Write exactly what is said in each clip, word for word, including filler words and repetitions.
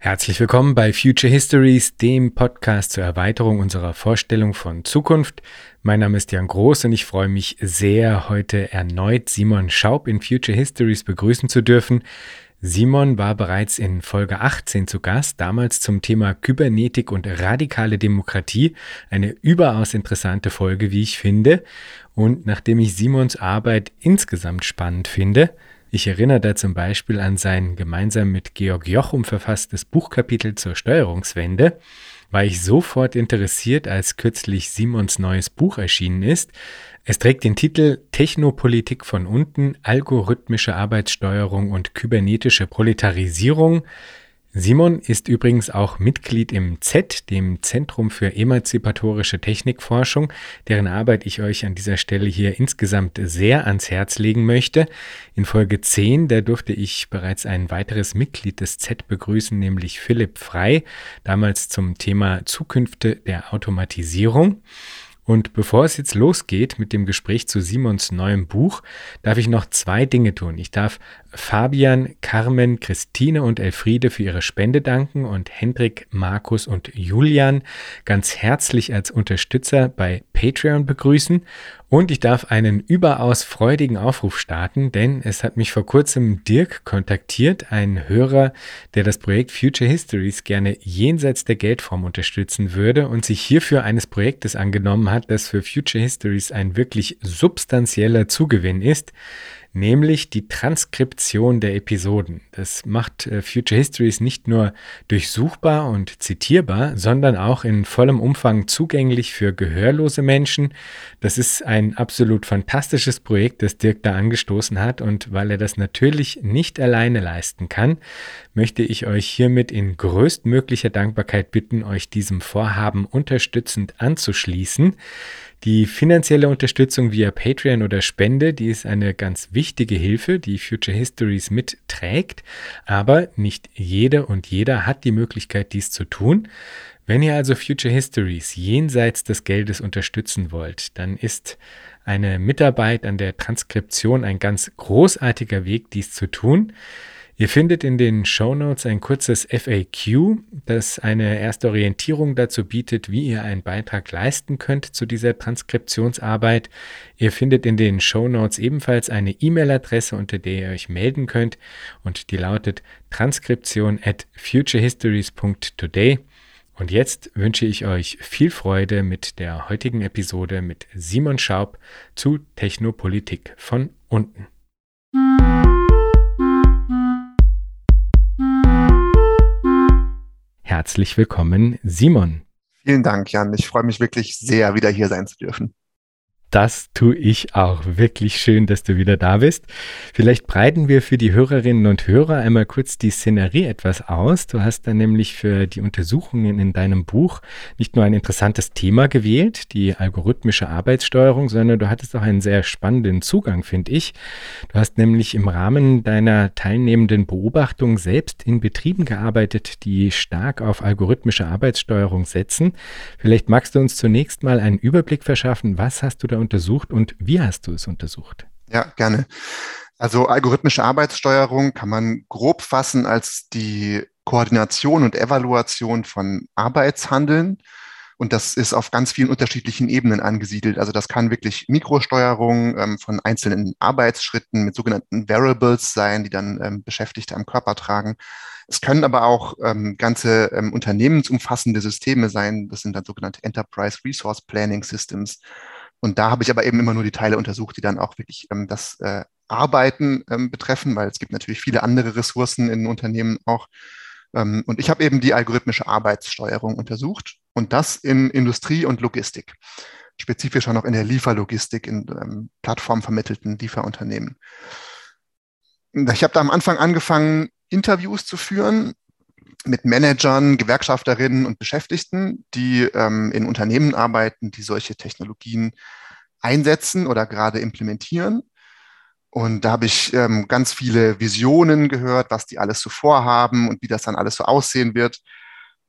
Herzlich willkommen bei Future Histories, dem Podcast zur Erweiterung unserer Vorstellung von Zukunft. Mein Name ist Jan Groß und ich freue mich sehr, heute erneut Simon Schaub in Future Histories begrüßen zu dürfen. Simon war bereits in Folge achtzehn zu Gast, damals zum Thema Kybernetik und radikale Demokratie. Eine überaus interessante Folge, wie ich finde. Und nachdem ich Simons Arbeit insgesamt spannend finde, ich erinnere da zum Beispiel an sein gemeinsam mit Georg Jochum verfasstes Buchkapitel zur Steuerungswende, war ich sofort interessiert, als kürzlich Simons neues Buch erschienen ist. Es trägt den Titel Technopolitik von unten, algorithmische Arbeitssteuerung und kybernetische Proletarisierung. Simon ist übrigens auch Mitglied im Z, dem Zentrum für emanzipatorische Technikforschung, deren Arbeit ich euch an dieser Stelle hier insgesamt sehr ans Herz legen möchte. In Folge zehn, da durfte ich bereits ein weiteres Mitglied des Z begrüßen, nämlich Philipp Frey, damals zum Thema Zukünfte der Automatisierung. Und bevor es jetzt losgeht mit dem Gespräch zu Simons neuem Buch, darf ich noch zwei Dinge tun. Ich darf Fabian, Carmen, Christine und Elfriede für ihre Spende danken und Hendrik, Markus und Julian ganz herzlich als Unterstützer bei Patreon begrüßen. Und ich darf einen überaus freudigen Aufruf starten, denn es hat mich vor kurzem Dirk kontaktiert, ein Hörer, der das Projekt Future Histories gerne jenseits der Geldform unterstützen würde und sich hierfür eines Projektes angenommen hat, das für Future Histories ein wirklich substanzieller Zugewinn ist, nämlich die Transkription der Episoden. Das macht äh, Future Histories nicht nur durchsuchbar und zitierbar, sondern auch in vollem Umfang zugänglich für gehörlose Menschen. Das ist ein absolut fantastisches Projekt, das Dirk da angestoßen hat, und weil er das natürlich nicht alleine leisten kann, möchte ich euch hiermit in größtmöglicher Dankbarkeit bitten, euch diesem Vorhaben unterstützend anzuschließen. Die finanzielle Unterstützung via Patreon oder Spende, die ist eine ganz wichtige Hilfe, die Future Histories mitträgt, aber nicht jede und jeder hat die Möglichkeit, dies zu tun. Wenn ihr also Future Histories jenseits des Geldes unterstützen wollt, dann ist eine Mitarbeit an der Transkription ein ganz großartiger Weg, dies zu tun. Ihr findet in den Shownotes ein kurzes F A Q, das eine erste Orientierung dazu bietet, wie ihr einen Beitrag leisten könnt zu dieser Transkriptionsarbeit. Ihr findet in den Shownotes ebenfalls eine E-Mail-Adresse, unter der ihr euch melden könnt, und die lautet transkription at futurehistories punkt today. Und jetzt wünsche ich euch viel Freude mit der heutigen Episode mit Simon Schaub zu Technopolitik von unten. Herzlich willkommen, Simon. Vielen Dank, Jan. Ich freue mich wirklich sehr, wieder hier sein zu dürfen. Das tue ich auch. Wirklich schön, dass du wieder da bist. Vielleicht breiten wir für die Hörerinnen und Hörer einmal kurz die Szenerie etwas aus. Du hast dann nämlich für die Untersuchungen in deinem Buch nicht nur ein interessantes Thema gewählt, die algorithmische Arbeitssteuerung, sondern du hattest auch einen sehr spannenden Zugang, finde ich. Du hast nämlich im Rahmen deiner teilnehmenden Beobachtung selbst in Betrieben gearbeitet, die stark auf algorithmische Arbeitssteuerung setzen. Vielleicht magst du uns zunächst mal einen Überblick verschaffen. Was hast du da untersucht und wie hast du es untersucht? Ja, gerne. Also algorithmische Arbeitssteuerung kann man grob fassen als die Koordination und Evaluation von Arbeitshandeln. Und das ist auf ganz vielen unterschiedlichen Ebenen angesiedelt. Also das kann wirklich Mikrosteuerung ähm, von einzelnen Arbeitsschritten mit sogenannten Variables sein, die dann ähm, Beschäftigte am Körper tragen. Es können aber auch ähm, ganze ähm, unternehmensumfassende Systeme sein. Das sind dann sogenannte Enterprise Resource Planning Systems. Und da habe ich aber eben immer nur die Teile untersucht, die dann auch wirklich ähm, das äh, Arbeiten ähm, betreffen, weil es gibt natürlich viele andere Ressourcen in Unternehmen auch. Ähm, und ich habe eben die algorithmische Arbeitssteuerung untersucht, und das in Industrie und Logistik, spezifisch auch noch in der Lieferlogistik, in ähm, plattformvermittelten Lieferunternehmen. Ich habe da am Anfang angefangen, Interviews zu führen mit Managern, Gewerkschafterinnen und Beschäftigten, die ähm, in Unternehmen arbeiten, die solche Technologien einsetzen oder gerade implementieren. Und da habe ich ähm, ganz viele Visionen gehört, was die alles so vorhaben und wie das dann alles so aussehen wird.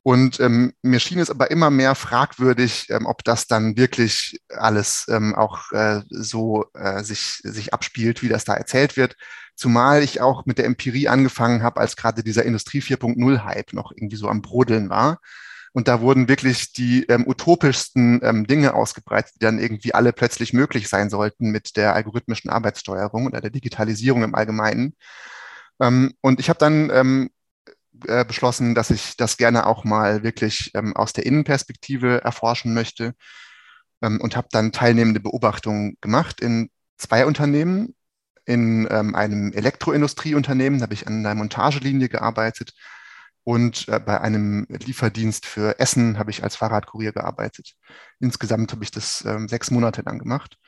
Und ähm, mir schien es aber immer mehr fragwürdig, ähm, ob das dann wirklich alles ähm, auch äh, so äh, sich, sich abspielt, wie das da erzählt wird. Zumal ich auch mit der Empirie angefangen habe, als gerade dieser Industrie vier Punkt null-Hype noch irgendwie so am Brodeln war. Und da wurden wirklich die ähm, utopischsten ähm, Dinge ausgebreitet, die dann irgendwie alle plötzlich möglich sein sollten mit der algorithmischen Arbeitssteuerung oder der Digitalisierung im Allgemeinen. Ähm, und ich habe dann ähm, äh, beschlossen, dass ich das gerne auch mal wirklich ähm, aus der Innenperspektive erforschen möchte, ähm, und habe dann teilnehmende Beobachtungen gemacht in zwei Unternehmen. In ähm, einem Elektroindustrieunternehmen habe ich an einer Montagelinie gearbeitet und äh, bei einem Lieferdienst für Essen habe ich als Fahrradkurier gearbeitet. Insgesamt habe ich das ähm, sechs Monate lang gemacht.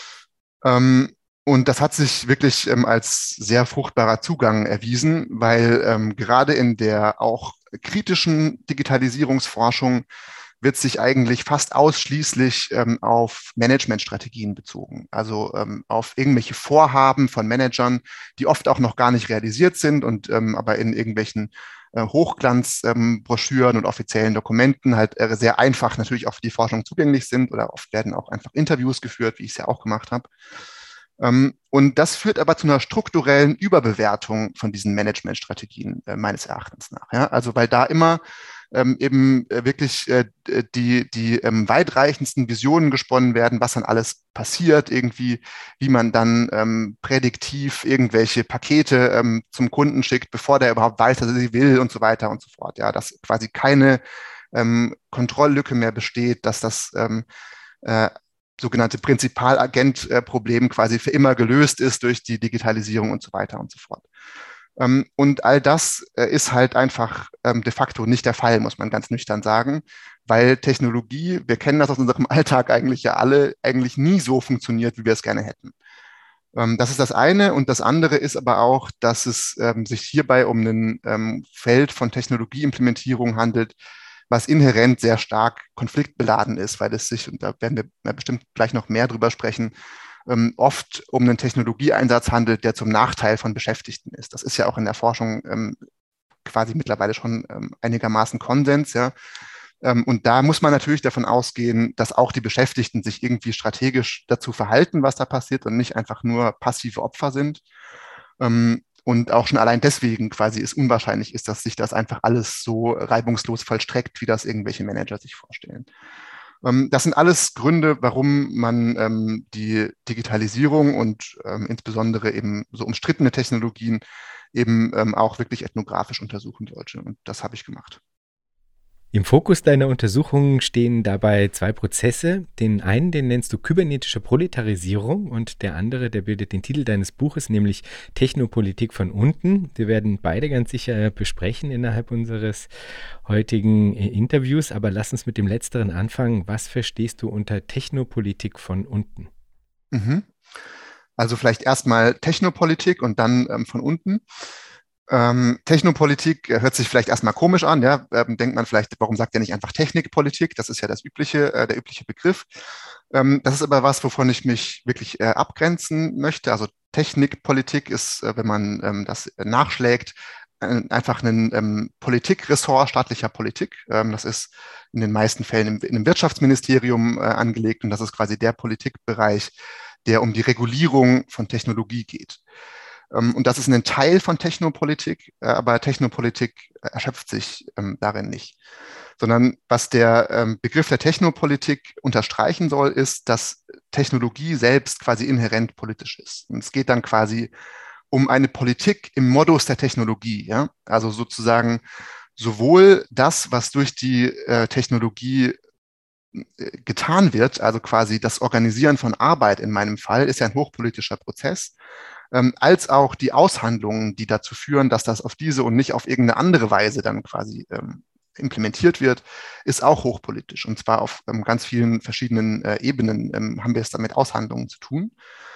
Ähm, und das hat sich wirklich ähm, als sehr fruchtbarer Zugang erwiesen, weil ähm, gerade in der auch kritischen Digitalisierungsforschung wird sich eigentlich fast ausschließlich ähm, auf Managementstrategien bezogen, also ähm, auf irgendwelche Vorhaben von Managern, die oft auch noch gar nicht realisiert sind und ähm, aber in irgendwelchen äh, Hochglanzbroschüren ähm, und offiziellen Dokumenten halt äh, sehr einfach natürlich auch für die Forschung zugänglich sind, oder oft werden auch einfach Interviews geführt, wie ich es ja auch gemacht habe. Ähm, und das führt aber zu einer strukturellen Überbewertung von diesen Managementstrategien äh, meines Erachtens nach. Ja? Also weil da immer ähm, eben äh, wirklich äh, die, die ähm, weitreichendsten Visionen gesponnen werden, was dann alles passiert, irgendwie, wie man dann ähm, prädiktiv irgendwelche Pakete ähm, zum Kunden schickt, bevor der überhaupt weiß, dass er sie will und so weiter und so fort. Ja, dass quasi keine ähm, Kontrolllücke mehr besteht, dass das ähm, äh, sogenannte Prinzipalagent-Problem quasi für immer gelöst ist durch die Digitalisierung und so weiter und so fort. Ähm, und all das äh, ist halt einfach ähm, de facto nicht der Fall, muss man ganz nüchtern sagen, weil Technologie, wir kennen das aus unserem Alltag eigentlich ja alle, eigentlich nie so funktioniert, wie wir es gerne hätten. Ähm, das ist das eine. Und das andere ist aber auch, dass es ähm, sich hierbei um ein ähm, Feld von Technologieimplementierung handelt, was inhärent sehr stark konfliktbeladen ist, weil es sich, und da werden wir bestimmt gleich noch mehr drüber sprechen, ähm, oft um einen Technologieeinsatz handelt, der zum Nachteil von Beschäftigten ist. Das ist ja auch in der Forschung ähm, quasi mittlerweile schon ähm, einigermaßen Konsens, ja. Ähm, und da muss man natürlich davon ausgehen, dass auch die Beschäftigten sich irgendwie strategisch dazu verhalten, was da passiert, und nicht einfach nur passive Opfer sind. Ähm, und auch schon allein deswegen quasi es unwahrscheinlich ist, dass sich das einfach alles so reibungslos vollstreckt, wie das irgendwelche Manager sich vorstellen. Ähm, das sind alles Gründe, warum man ähm, die Digitalisierung und ähm, insbesondere eben so umstrittene Technologien eben ähm, auch wirklich ethnografisch untersuchen sollte. Und das habe ich gemacht. Im Fokus deiner Untersuchungen stehen dabei zwei Prozesse. Den einen, den nennst du kybernetische Proletarisierung, und der andere, der bildet den Titel deines Buches, nämlich Technopolitik von unten. Wir werden beide ganz sicher besprechen innerhalb unseres heutigen äh, Interviews, aber lass uns mit dem Letzteren anfangen. Was verstehst du unter Technopolitik von unten? Mhm. Also vielleicht erstmal Technopolitik und dann ähm, von unten. Ähm, Technopolitik hört sich vielleicht erstmal komisch an, ja. Ähm, denkt man vielleicht, warum sagt er nicht einfach Technikpolitik? Das ist ja das übliche, äh, der übliche Begriff. Ähm, das ist aber was, wovon ich mich wirklich äh, abgrenzen möchte. Also Technikpolitik ist, äh, wenn man ähm, das äh, nachschlägt, äh, einfach ein ähm, Politikressort staatlicher Politik. Ähm, das ist in den meisten Fällen im, in einem Wirtschaftsministerium äh, angelegt, und das ist quasi der Politikbereich, der um die Regulierung von Technologie geht. Ähm, und das ist ein Teil von Technopolitik, äh, aber Technopolitik erschöpft sich ähm, darin nicht. Sondern was der ähm, Begriff der Technopolitik unterstreichen soll, ist, dass Technologie selbst quasi inhärent politisch ist. Und es geht dann quasi um eine Politik im Modus der Technologie. Ja? Also sozusagen sowohl das, was durch die äh, Technologie getan wird, also quasi das Organisieren von Arbeit in meinem Fall, ist ja ein hochpolitischer Prozess, ähm, als auch die Aushandlungen, die dazu führen, dass das auf diese und nicht auf irgendeine andere Weise dann quasi ähm, implementiert wird, ist auch hochpolitisch. Und zwar auf ähm, ganz vielen verschiedenen äh, Ebenen ähm, haben wir es damit Aushandlungen zu tun.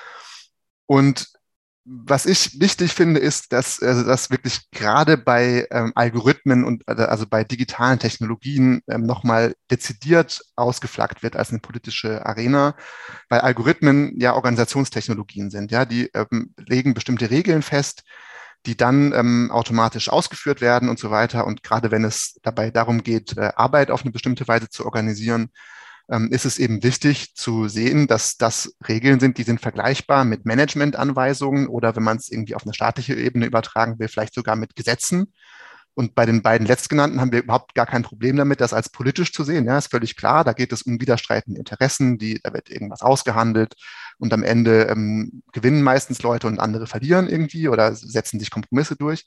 Und was ich wichtig finde, ist, dass also das wirklich gerade bei ähm, Algorithmen und also bei digitalen Technologien ähm, nochmal dezidiert ausgeflaggt wird als eine politische Arena, weil Algorithmen ja Organisationstechnologien sind, ja, die ähm, legen bestimmte Regeln fest, die dann ähm, automatisch ausgeführt werden und so weiter. Und gerade wenn es dabei darum geht, äh, Arbeit auf eine bestimmte Weise zu organisieren, ähm, ist es eben wichtig zu sehen, dass das Regeln sind, die sind vergleichbar mit Managementanweisungen oder wenn man es irgendwie auf eine staatliche Ebene übertragen will, vielleicht sogar mit Gesetzen. Und bei den beiden letztgenannten haben wir überhaupt gar kein Problem damit, das als politisch zu sehen. Ja, ist völlig klar. Da geht es um widerstreitende Interessen, die, da wird irgendwas ausgehandelt und am Ende ähm, gewinnen meistens Leute und andere verlieren irgendwie oder setzen sich Kompromisse durch.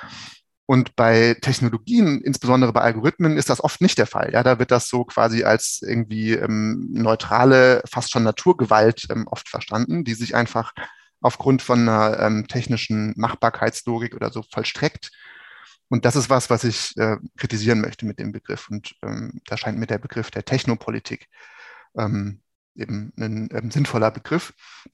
Und bei Technologien, insbesondere bei Algorithmen, ist das oft nicht der Fall. Ja, da wird das so quasi als irgendwie ähm, neutrale, fast schon Naturgewalt ähm, oft verstanden, die sich einfach aufgrund von einer ähm, technischen Machbarkeitslogik oder so vollstreckt. Und das ist was, was ich äh, kritisieren möchte mit dem Begriff. Und ähm, da scheint mir der Begriff der Technopolitik ähm, eben ein ähm, sinnvoller Begriff.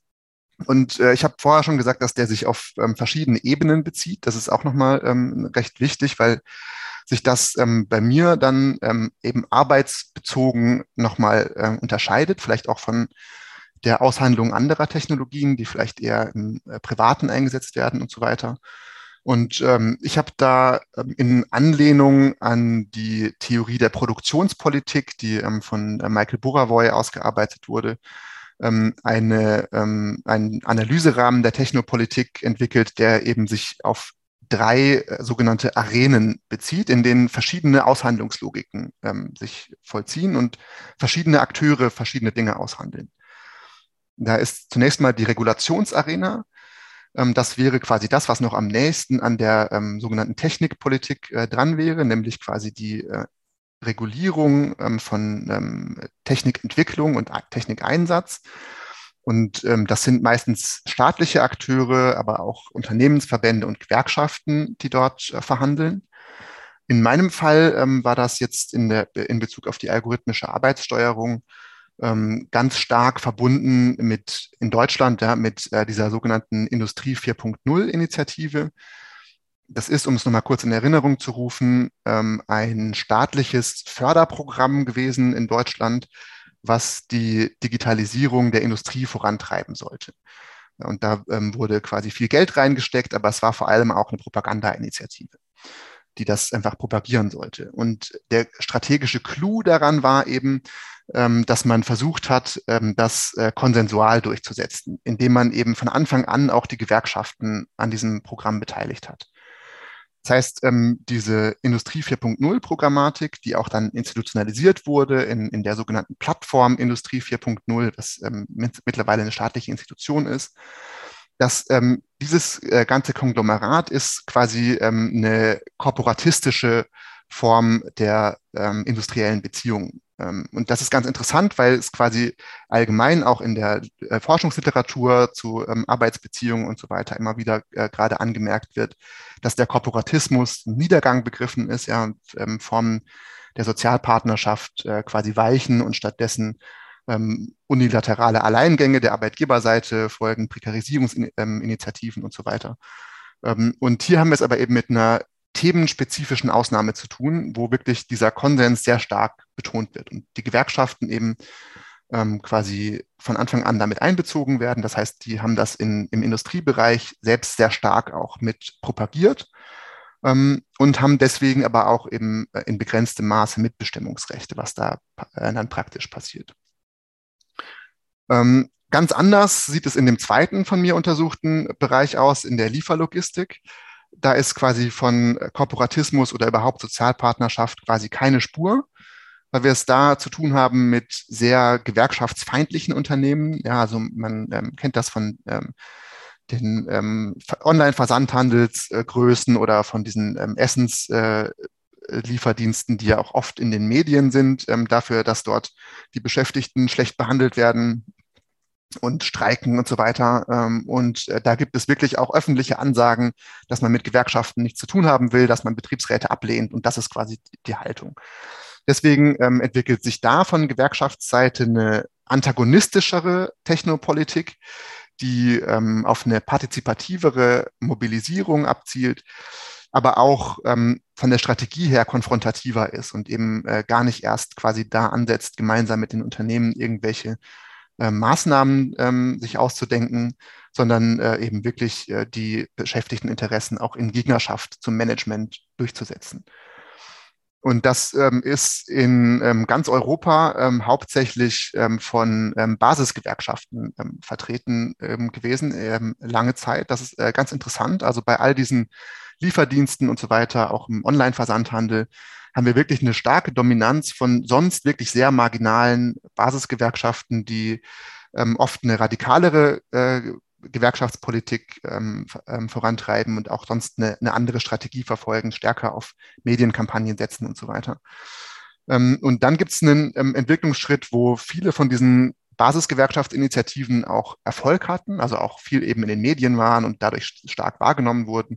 Und äh, ich habe vorher schon gesagt, dass der sich auf ähm, verschiedene Ebenen bezieht. Das ist auch nochmal ähm, recht wichtig, weil sich das ähm, bei mir dann ähm, eben arbeitsbezogen nochmal äh, unterscheidet, vielleicht auch von der Aushandlung anderer Technologien, die vielleicht eher im äh, Privaten eingesetzt werden und so weiter. Und ähm, ich habe da ähm, in Anlehnung an die Theorie der Produktionspolitik, die ähm, von äh, Michael Burawoy ausgearbeitet wurde, ähm, eine, ähm, einen Analyserahmen der Technopolitik entwickelt, der eben sich auf drei äh, sogenannte Arenen bezieht, in denen verschiedene Aushandlungslogiken ähm, sich vollziehen und verschiedene Akteure verschiedene Dinge aushandeln. Da ist zunächst mal die Regulationsarena. Ähm, das wäre quasi das, was noch am nächsten an der ähm, sogenannten Technikpolitik äh, dran wäre, nämlich quasi die äh, Regulierung ähm, von ähm, Technikentwicklung und Technikeinsatz. Und ähm, das sind meistens staatliche Akteure, aber auch Unternehmensverbände und Gewerkschaften, die dort äh, verhandeln. In meinem Fall ähm, war das jetzt in, der, in Bezug auf die algorithmische Arbeitssteuerung ähm, ganz stark verbunden mit in Deutschland ja, mit äh, dieser sogenannten Industrie vier Punkt null Initiative. Das ist, um es nochmal kurz in Erinnerung zu rufen, ähm, ein staatliches Förderprogramm gewesen in Deutschland, was die Digitalisierung der Industrie vorantreiben sollte. Und da ähm, wurde quasi viel Geld reingesteckt, aber es war vor allem auch eine Propagandainitiative, die das einfach propagieren sollte. Und der strategische Clou daran war eben, ähm, dass man versucht hat, ähm, das äh, konsensual durchzusetzen, indem man eben von Anfang an auch die Gewerkschaften an diesem Programm beteiligt hat. Das heißt, ähm, diese Industrie vier Punkt null Programmatik, die auch dann institutionalisiert wurde in, in der sogenannten Plattform Industrie vier Punkt null, was ähm, mit, mittlerweile eine staatliche Institution ist, dass ähm, dieses äh, ganze Konglomerat ist quasi ähm, eine korporatistische Form der ähm, industriellen Beziehungen. Ähm, und das ist ganz interessant, weil es quasi allgemein auch in der äh, Forschungsliteratur zu ähm, Arbeitsbeziehungen und so weiter immer wieder äh, gerade angemerkt wird, dass der Korporatismus ein Niedergang begriffen ist, ja, und ähm, Formen der Sozialpartnerschaft äh, quasi weichen und stattdessen ähm, unilaterale Alleingänge der Arbeitgeberseite folgen, Prekarisierungsinitiativen und so weiter. Ähm, und hier haben wir es aber eben mit einer themenspezifischen Ausnahme zu tun, wo wirklich dieser Konsens sehr stark betont wird und die Gewerkschaften eben ähm, quasi von Anfang an damit einbezogen werden. Das heißt, die haben das in, im Industriebereich selbst sehr stark auch mit propagiert ähm, und haben deswegen aber auch eben äh, in begrenztem Maße Mitbestimmungsrechte, was da äh, dann praktisch passiert. Ähm, ganz anders sieht es in dem zweiten von mir untersuchten Bereich aus, in der Lieferlogistik. Da ist quasi von Korporatismus oder überhaupt Sozialpartnerschaft quasi keine Spur, weil wir es da zu tun haben mit sehr gewerkschaftsfeindlichen Unternehmen. Ja, also man ähm, kennt das von ähm, den ähm, Online-Versandhandelsgrößen äh, oder von diesen ähm, Essenslieferdiensten, äh, die ja auch oft in den Medien sind, ähm, dafür, dass dort die Beschäftigten schlecht behandelt werden und Streiken und so weiter. Ähm, und äh, da gibt es wirklich auch öffentliche Ansagen, dass man mit Gewerkschaften nichts zu tun haben will, dass man Betriebsräte ablehnt. Und das ist quasi die Haltung. Deswegen ähm, entwickelt sich da von Gewerkschaftsseite eine antagonistischere Technopolitik, die ähm, auf eine partizipativere Mobilisierung abzielt, aber auch ähm, von der Strategie her konfrontativer ist und eben äh, gar nicht erst quasi da ansetzt, gemeinsam mit den Unternehmen irgendwelche äh, Maßnahmen ähm, sich auszudenken, sondern äh, eben wirklich äh, die Beschäftigteninteressen auch in Gegnerschaft zum Management durchzusetzen. Und das ähm, ist in ähm, ganz Europa ähm, hauptsächlich ähm, von ähm, Basisgewerkschaften ähm, vertreten ähm, gewesen, ähm, lange Zeit. Das ist äh, ganz interessant. Also bei all diesen Lieferdiensten und so weiter, auch im Online-Versandhandel, haben wir wirklich eine starke Dominanz von sonst wirklich sehr marginalen Basisgewerkschaften, die ähm, oft eine radikalere äh, Gewerkschaftspolitik ähm, ähm, vorantreiben und auch sonst eine, eine andere Strategie verfolgen, stärker auf Medienkampagnen setzen und so weiter. Ähm, und dann gibt es einen ähm, Entwicklungsschritt, wo viele von diesen Basisgewerkschaftsinitiativen auch Erfolg hatten, also auch viel eben in den Medien waren und dadurch stark wahrgenommen wurden.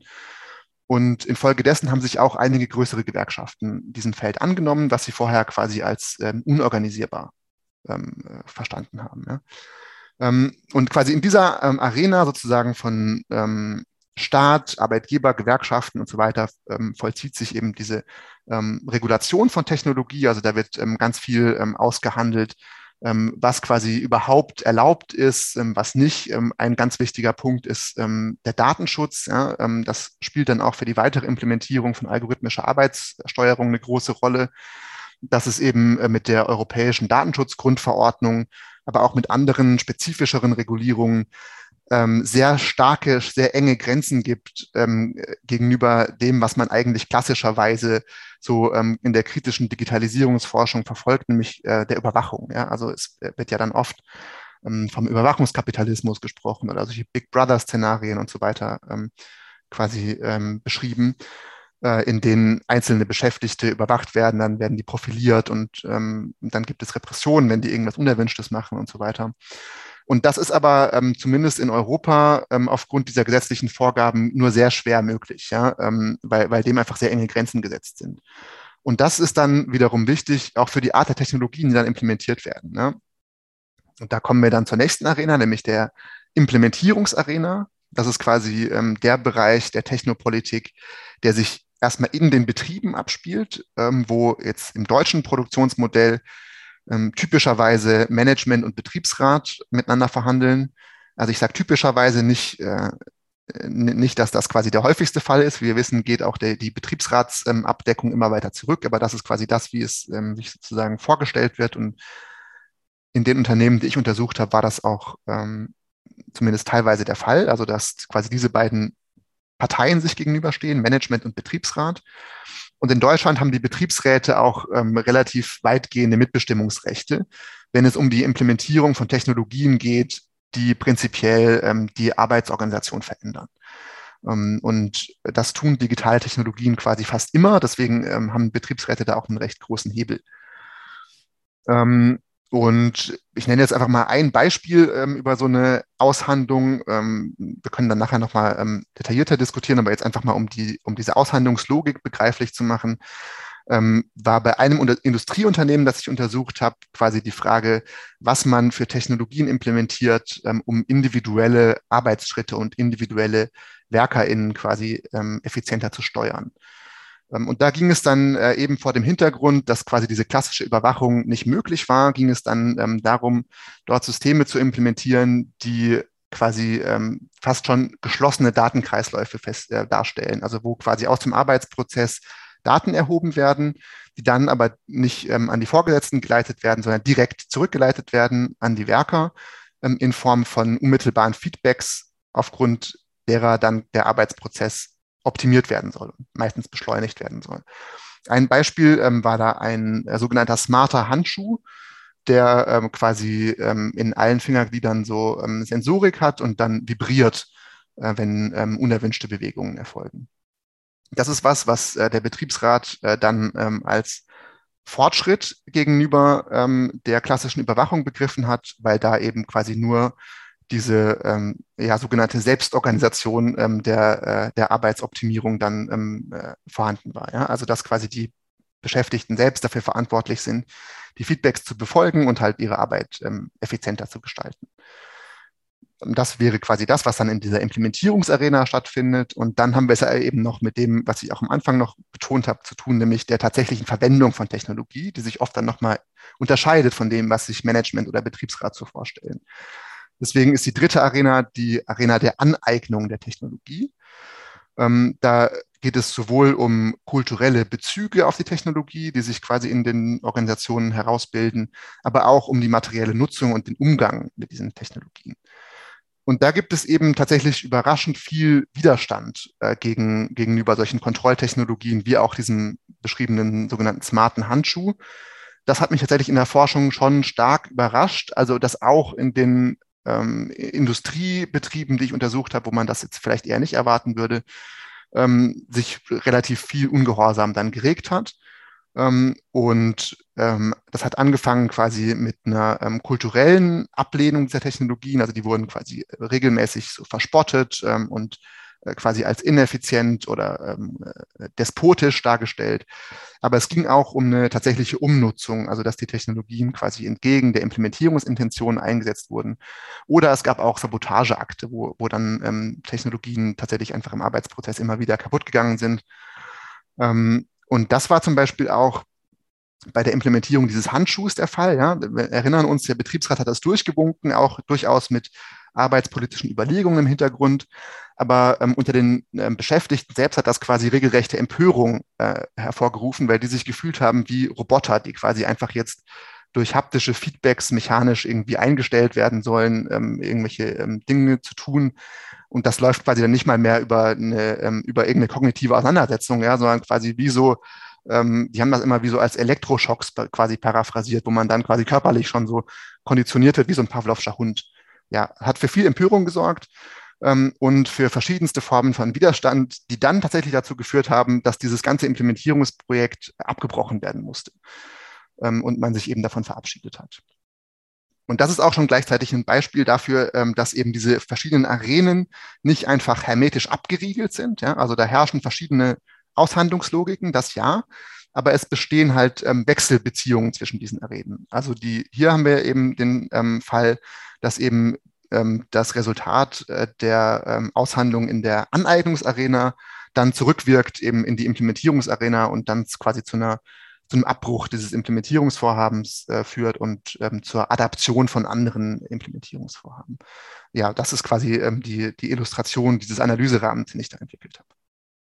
Und infolgedessen haben sich auch einige größere Gewerkschaften diesem Feld angenommen, was sie vorher quasi als ähm, unorganisierbar ähm, äh, verstanden haben. Ja. Ähm, und quasi in dieser ähm, Arena sozusagen von ähm, Staat, Arbeitgeber, Gewerkschaften und so weiter ähm, vollzieht sich eben diese ähm, Regulation von Technologie. Also da wird ähm, ganz viel ähm, ausgehandelt, ähm, was quasi überhaupt erlaubt ist, ähm, was nicht. Ähm, ein ganz wichtiger Punkt ist ähm, der Datenschutz. Ja? Ähm, das spielt dann auch für die weitere Implementierung von algorithmischer Arbeitssteuerung eine große Rolle. Das ist eben äh, mit der Europäischen Datenschutzgrundverordnung, aber auch mit anderen spezifischeren Regulierungen ähm, sehr starke, sehr enge Grenzen gibt ähm, gegenüber dem, was man eigentlich klassischerweise so ähm, in der kritischen Digitalisierungsforschung verfolgt, nämlich äh, der Überwachung. Ja? Also es wird ja dann oft ähm, vom Überwachungskapitalismus gesprochen oder solche Big Brother-Szenarien und so weiter ähm, quasi ähm, beschrieben, äh, in denen einzelne Beschäftigte überwacht werden, dann werden die profiliert und ähm, dann gibt es Repressionen, wenn die irgendwas Unerwünschtes machen und so weiter. Und das ist aber ähm, zumindest in Europa ähm, aufgrund dieser gesetzlichen Vorgaben nur sehr schwer möglich, ja, ähm, weil, weil dem einfach sehr enge Grenzen gesetzt sind. Und das ist dann wiederum wichtig, auch für die Art der Technologien, die dann implementiert werden. Ne? Und da kommen wir dann zur nächsten Arena, nämlich der Implementierungsarena. Das ist quasi ähm, der Bereich der Technopolitik, der sich erstmal in den Betrieben abspielt, ähm, wo jetzt im deutschen Produktionsmodell ähm, typischerweise Management und Betriebsrat miteinander verhandeln. Also ich sage typischerweise nicht, äh, nicht, dass das quasi der häufigste Fall ist. Wie wir wissen, geht auch der, die Betriebsratsabdeckung ähm, immer weiter zurück, aber das ist quasi das, wie es ähm, sich sozusagen vorgestellt wird. Und in den Unternehmen, die ich untersucht habe, war das auch ähm, zumindest teilweise der Fall. Also dass quasi diese beiden Parteien sich gegenüberstehen, Management und Betriebsrat. Und in Deutschland haben die Betriebsräte auch ähm, relativ weitgehende Mitbestimmungsrechte, wenn es um die Implementierung von Technologien geht, die prinzipiell ähm, die Arbeitsorganisation verändern. Ähm, und das tun digitale Technologien quasi fast immer. Deswegen ähm, haben Betriebsräte da auch einen recht großen Hebel. Ähm, und ich nenne jetzt einfach mal ein Beispiel ähm, über so eine Aushandlung. Ähm, wir können dann nachher nochmal ähm, detaillierter diskutieren, aber jetzt einfach mal, um die, um diese Aushandlungslogik begreiflich zu machen, ähm, war bei einem Unter- Industrieunternehmen, das ich untersucht habe, quasi die Frage, was man für Technologien implementiert, ähm, um individuelle Arbeitsschritte und individuelle WerkerInnen quasi ähm, effizienter zu steuern. Und da ging es dann äh, eben vor dem Hintergrund, dass quasi diese klassische Überwachung nicht möglich war, ging es dann ähm, darum, dort Systeme zu implementieren, die quasi ähm, fast schon geschlossene Datenkreisläufe fest, äh, darstellen, also wo quasi aus dem Arbeitsprozess Daten erhoben werden, die dann aber nicht ähm, an die Vorgesetzten geleitet werden, sondern direkt zurückgeleitet werden an die Werker ähm, in Form von unmittelbaren Feedbacks, aufgrund derer dann der Arbeitsprozess optimiert werden soll, meistens beschleunigt werden soll. Ein Beispiel ähm, war da ein äh, sogenannter smarter Handschuh, der ähm, quasi ähm, in allen Fingergliedern so ähm, Sensorik hat und dann vibriert, äh, wenn ähm, unerwünschte Bewegungen erfolgen. Das ist was, was äh, der Betriebsrat äh, dann ähm, als Fortschritt gegenüber ähm, der klassischen Überwachung begriffen hat, weil da eben quasi nur diese ähm, ja, sogenannte Selbstorganisation ähm, der, äh, der Arbeitsoptimierung dann ähm, äh, vorhanden war. Ja? Also dass quasi die Beschäftigten selbst dafür verantwortlich sind, die Feedbacks zu befolgen und halt ihre Arbeit ähm, effizienter zu gestalten. Das wäre quasi das, was dann in dieser Implementierungsarena stattfindet. Und dann haben wir es ja eben noch mit dem, was ich auch am Anfang noch betont habe, zu tun, nämlich der tatsächlichen Verwendung von Technologie, die sich oft dann nochmal unterscheidet von dem, was sich Management oder Betriebsrat so vorstellen. Deswegen ist die dritte Arena die Arena der Aneignung der Technologie. Ähm, da geht es sowohl um kulturelle Bezüge auf die Technologie, die sich quasi in den Organisationen herausbilden, aber auch um die materielle Nutzung und den Umgang mit diesen Technologien. Und da gibt es eben tatsächlich überraschend viel Widerstand äh, gegen, gegenüber solchen Kontrolltechnologien, wie auch diesem beschriebenen sogenannten smarten Handschuh. Das hat mich tatsächlich in der Forschung schon stark überrascht. Also, dass auch in den ähm, Industriebetrieben, die ich untersucht habe, wo man das jetzt vielleicht eher nicht erwarten würde, ähm, sich relativ viel Ungehorsam dann geregt hat. Ähm, und ähm, das hat angefangen quasi mit einer ähm, kulturellen Ablehnung dieser Technologien. Also die wurden quasi regelmäßig so verspottet ähm, und äh, quasi als ineffizient oder ähm, äh, despotisch dargestellt. Aber es ging auch um eine tatsächliche Umnutzung, also dass die Technologien quasi entgegen der Implementierungsintention eingesetzt wurden. Oder es gab auch Sabotageakte, wo, wo dann ähm, Technologien tatsächlich einfach im Arbeitsprozess immer wieder kaputt gegangen sind. Ähm, und das war zum Beispiel auch bei der Implementierung dieses Handschuhs der Fall. Ja. Wir erinnern uns, der Betriebsrat hat das durchgewunken, auch durchaus mit arbeitspolitischen Überlegungen im Hintergrund. Aber ähm, unter den ähm, Beschäftigten selbst hat das quasi regelrechte Empörung äh, hervorgerufen, weil die sich gefühlt haben wie Roboter, die quasi einfach jetzt durch haptische Feedbacks mechanisch irgendwie eingestellt werden sollen, ähm, irgendwelche ähm, Dinge zu tun. Und das läuft quasi dann nicht mal mehr über eine, ähm, über irgendeine kognitive Auseinandersetzung, ja, sondern quasi wie so, ähm, die haben das immer wie so als Elektroschocks quasi paraphrasiert, wo man dann quasi körperlich schon so konditioniert wird, wie so ein Pavlovscher Hund. Ja, hat für viel Empörung gesorgt ähm, und für verschiedenste Formen von Widerstand, die dann tatsächlich dazu geführt haben, dass dieses ganze Implementierungsprojekt abgebrochen werden musste ähm, und man sich eben davon verabschiedet hat. Und das ist auch schon gleichzeitig ein Beispiel dafür, ähm, dass eben diese verschiedenen Arenen nicht einfach hermetisch abgeriegelt sind. Ja? Also da herrschen verschiedene Aushandlungslogiken, das ja, aber es bestehen halt ähm, Wechselbeziehungen zwischen diesen Arenen. Also die, hier haben wir eben den ähm, Fall, dass eben ähm, das Resultat äh, der ähm, Aushandlung in der Aneignungsarena dann zurückwirkt eben in die Implementierungsarena und dann quasi zu einer zum Abbruch dieses Implementierungsvorhabens äh, führt und ähm, zur Adaption von anderen Implementierungsvorhaben. Ja, das ist quasi ähm, die, die Illustration dieses Analyserahmens, den ich da entwickelt habe.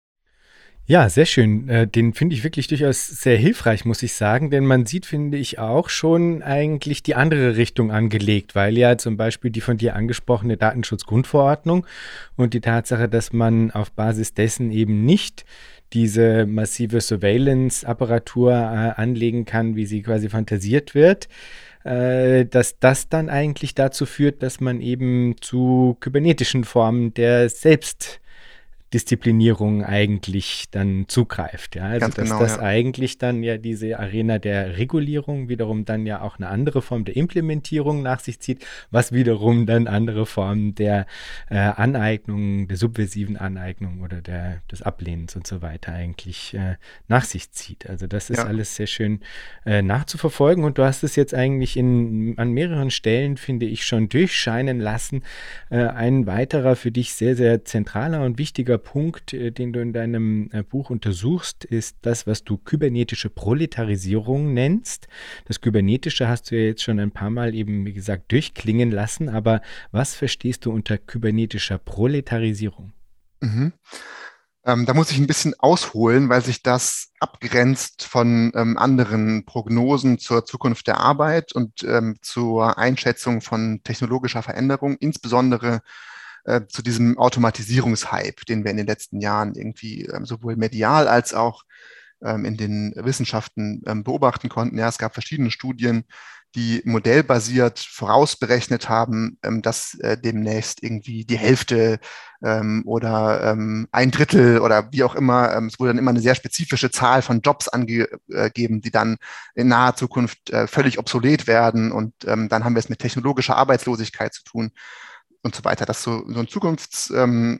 Ja, sehr schön. Äh, Den finde ich wirklich durchaus sehr hilfreich, muss ich sagen, denn man sieht, finde ich, auch schon eigentlich die andere Richtung angelegt, weil ja zum Beispiel die von dir angesprochene Datenschutzgrundverordnung und die Tatsache, dass man auf Basis dessen eben nicht diese massive Surveillance-Apparatur äh, anlegen kann, wie sie quasi fantasiert wird, äh, dass das dann eigentlich dazu führt, dass man eben zu kybernetischen Formen der Selbst Disziplinierung eigentlich dann zugreift. Ja? Also Ganz dass genau, das ja. eigentlich dann ja diese Arena der Regulierung wiederum dann ja auch eine andere Form der Implementierung nach sich zieht, was wiederum dann andere Formen der äh, Aneignung, der subversiven Aneignung oder der, des Ablehnens und so weiter eigentlich äh, nach sich zieht. Also das ist Ja. alles sehr schön äh, nachzuverfolgen und du hast es jetzt eigentlich in, an mehreren Stellen, finde ich, schon durchscheinen lassen. Äh, ein weiterer für dich sehr, sehr zentraler und wichtiger Punkt, äh, den du in deinem äh, Buch untersuchst, ist das, was du kybernetische Proletarisierung nennst. Das Kybernetische hast du ja jetzt schon ein paar Mal eben, wie gesagt, durchklingen lassen, aber was verstehst du unter kybernetischer Proletarisierung? Mhm. Ähm, da muss ich ein bisschen ausholen, weil sich das abgrenzt von ähm, anderen Prognosen zur Zukunft der Arbeit und ähm, zur Einschätzung von technologischer Veränderung, insbesondere äh, zu diesem Automatisierungshype, den wir in den letzten Jahren irgendwie ähm, sowohl medial als auch ähm, in den Wissenschaften ähm, beobachten konnten. Ja, es gab verschiedene Studien, die modellbasiert vorausberechnet haben, ähm, dass äh, demnächst irgendwie die Hälfte ähm, oder ähm, ein Drittel oder wie auch immer, ähm, es wurde dann immer eine sehr spezifische Zahl von Jobs angegeben, die dann in naher Zukunft äh, völlig obsolet werden. Und ähm, dann haben wir es mit technologischer Arbeitslosigkeit zu tun und so weiter. Das ist so, so ein Zukunftsszenario,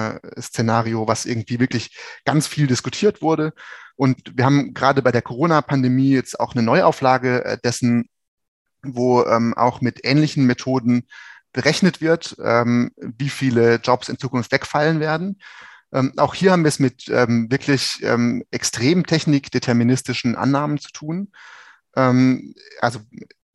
ähm, äh, was irgendwie wirklich ganz viel diskutiert wurde. Und wir haben gerade bei der Corona-Pandemie jetzt auch eine Neuauflage äh, dessen, wo ähm, auch mit ähnlichen Methoden berechnet wird, ähm, wie viele Jobs in Zukunft wegfallen werden. Ähm, auch hier haben wir es mit ähm, wirklich ähm, extrem technikdeterministischen Annahmen zu tun. Ähm, also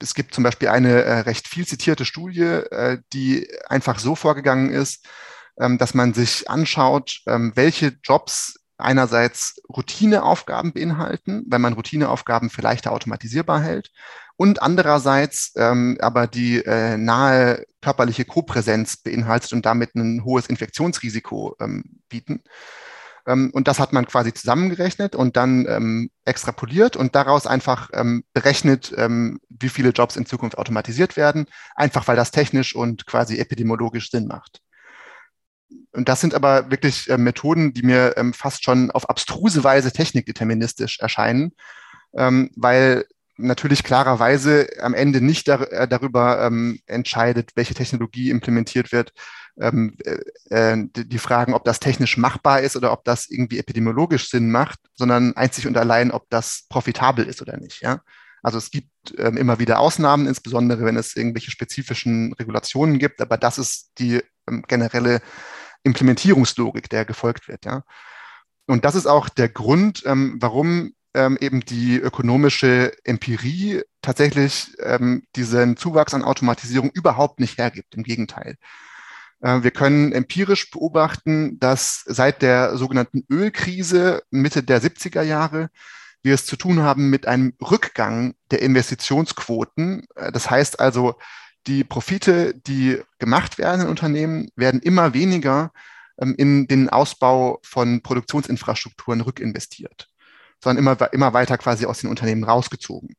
es gibt zum Beispiel eine äh, recht viel zitierte Studie, äh, die einfach so vorgegangen ist, ähm, dass man sich anschaut, ähm, welche Jobs einerseits Routineaufgaben beinhalten, weil man Routineaufgaben für leichter automatisierbar hält, und andererseits ähm, aber die äh, nahe körperliche Kopräsenz beinhaltet und damit ein hohes Infektionsrisiko ähm, bieten. Ähm, und das hat man quasi zusammengerechnet und dann ähm, extrapoliert und daraus einfach ähm, berechnet, ähm, wie viele Jobs in Zukunft automatisiert werden, einfach weil das technisch und quasi epidemiologisch Sinn macht. Und das sind aber wirklich äh, Methoden, die mir ähm, fast schon auf abstruse Weise technikdeterministisch erscheinen, ähm, weil natürlich klarerweise am Ende nicht dar äh, darüber ähm, entscheidet, welche Technologie implementiert wird, ähm, äh, die, die Fragen, ob das technisch machbar ist oder ob das irgendwie epidemiologisch Sinn macht, sondern einzig und allein, ob das profitabel ist oder nicht. Ja? Also es gibt ähm, immer wieder Ausnahmen, insbesondere wenn es irgendwelche spezifischen Regulationen gibt, aber das ist die ähm, generelle Implementierungslogik, der gefolgt wird. Ja? Und das ist auch der Grund, ähm, warum ähm, eben die ökonomische Empirie tatsächlich ähm, diesen Zuwachs an Automatisierung überhaupt nicht hergibt. Im Gegenteil. Äh, wir können empirisch beobachten, dass seit der sogenannten Ölkrise Mitte der siebziger Jahre wir es zu tun haben mit einem Rückgang der Investitionsquoten. Äh, Das heißt also, die Profite, die gemacht werden in Unternehmen, werden immer weniger ähm, in den Ausbau von Produktionsinfrastrukturen rückinvestiert, sondern immer, immer weiter quasi aus den Unternehmen rausgezogen.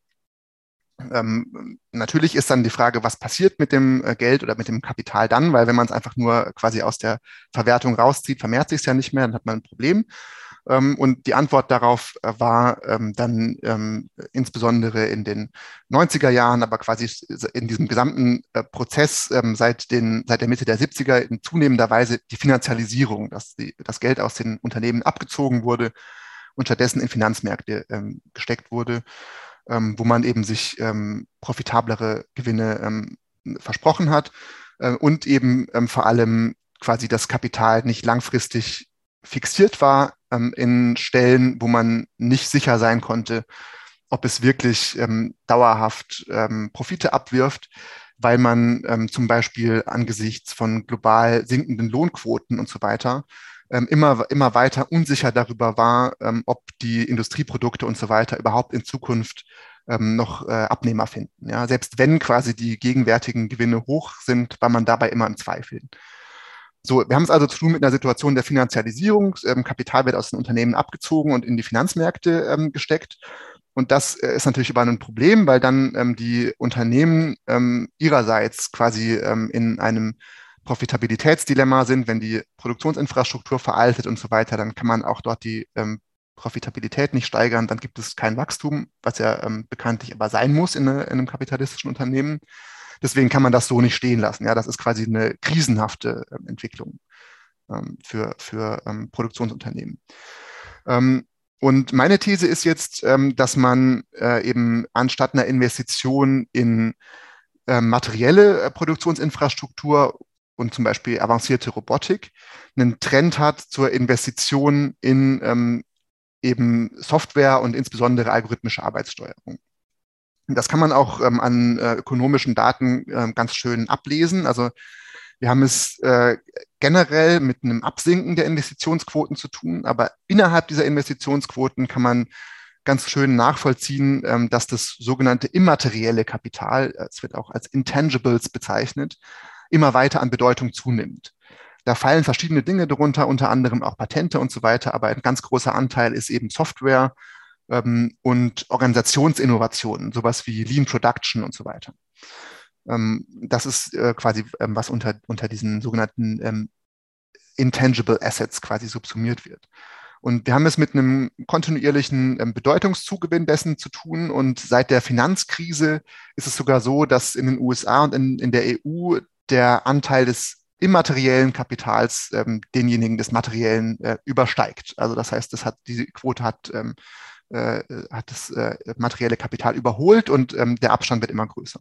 Ähm, natürlich ist dann die Frage, was passiert mit dem äh, Geld oder mit dem Kapital dann, weil wenn man es einfach nur quasi aus der Verwertung rauszieht, vermehrt sich es ja nicht mehr, dann hat man ein Problem. Ähm, und die Antwort darauf äh, war ähm, dann ähm, insbesondere in den neunziger Jahren, aber quasi in diesem gesamten äh, Prozess ähm, seit, den, seit der Mitte der siebziger in zunehmender Weise die Finanzialisierung, dass die, das Geld aus den Unternehmen abgezogen wurde und stattdessen in Finanzmärkte ähm, gesteckt wurde, ähm, wo man eben sich ähm, profitablere Gewinne ähm, versprochen hat äh, und eben ähm, vor allem quasi das Kapital nicht langfristig fixiert war ähm, in Stellen, wo man nicht sicher sein konnte, ob es wirklich ähm, dauerhaft ähm, Profite abwirft, weil man ähm, zum Beispiel angesichts von global sinkenden Lohnquoten und so weiter ähm, immer, immer weiter unsicher darüber war, ähm, ob die Industrieprodukte und so weiter überhaupt in Zukunft ähm, noch äh, Abnehmer finden. Ja? Selbst wenn quasi die gegenwärtigen Gewinne hoch sind, war man dabei immer im Zweifeln. So, wir haben es also zu tun mit einer Situation der Finanzialisierung. Ähm, Kapital wird aus den Unternehmen abgezogen und in die Finanzmärkte ähm, gesteckt. Und das äh, ist natürlich aber ein Problem, weil dann ähm, die Unternehmen ähm, ihrerseits quasi ähm, in einem Profitabilitätsdilemma sind. Wenn die Produktionsinfrastruktur veraltet und so weiter, dann kann man auch dort die ähm, Profitabilität nicht steigern, dann gibt es kein Wachstum, was ja ähm, bekanntlich aber sein muss in, eine, in einem kapitalistischen Unternehmen. Deswegen kann man das so nicht stehen lassen. Ja, das ist quasi eine krisenhafte ähm, Entwicklung ähm, für, für ähm, Produktionsunternehmen. Ähm, und meine These ist jetzt, ähm, dass man äh, eben anstatt einer Investition in äh, materielle äh, Produktionsinfrastruktur und zum Beispiel avancierte Robotik einen Trend hat zur Investition in ähm, eben Software und insbesondere algorithmische Arbeitssteuerung. Das kann man auch ähm, an äh, ökonomischen Daten äh, ganz schön ablesen. Also wir haben es äh, generell mit einem Absinken der Investitionsquoten zu tun, aber innerhalb dieser Investitionsquoten kann man ganz schön nachvollziehen, ähm, dass das sogenannte immaterielle Kapital, es wird auch als Intangibles bezeichnet, immer weiter an Bedeutung zunimmt. Da fallen verschiedene Dinge darunter, unter anderem auch Patente und so weiter, aber ein ganz großer Anteil ist eben Software ähm, und Organisationsinnovationen, sowas wie Lean Production und so weiter. Ähm, das ist äh, quasi, ähm, was unter, unter diesen sogenannten ähm, Intangible Assets quasi subsumiert wird. Und wir haben es mit einem kontinuierlichen ähm, Bedeutungszugewinn dessen zu tun. Und seit der Finanzkrise ist es sogar so, dass in den U S A und in, in der E U der Anteil des immateriellen Kapitals ähm, denjenigen des materiellen äh, übersteigt. Also das heißt, das hat, diese Quote hat, ähm, äh, hat das äh, materielle Kapital überholt und ähm, der Abstand wird immer größer.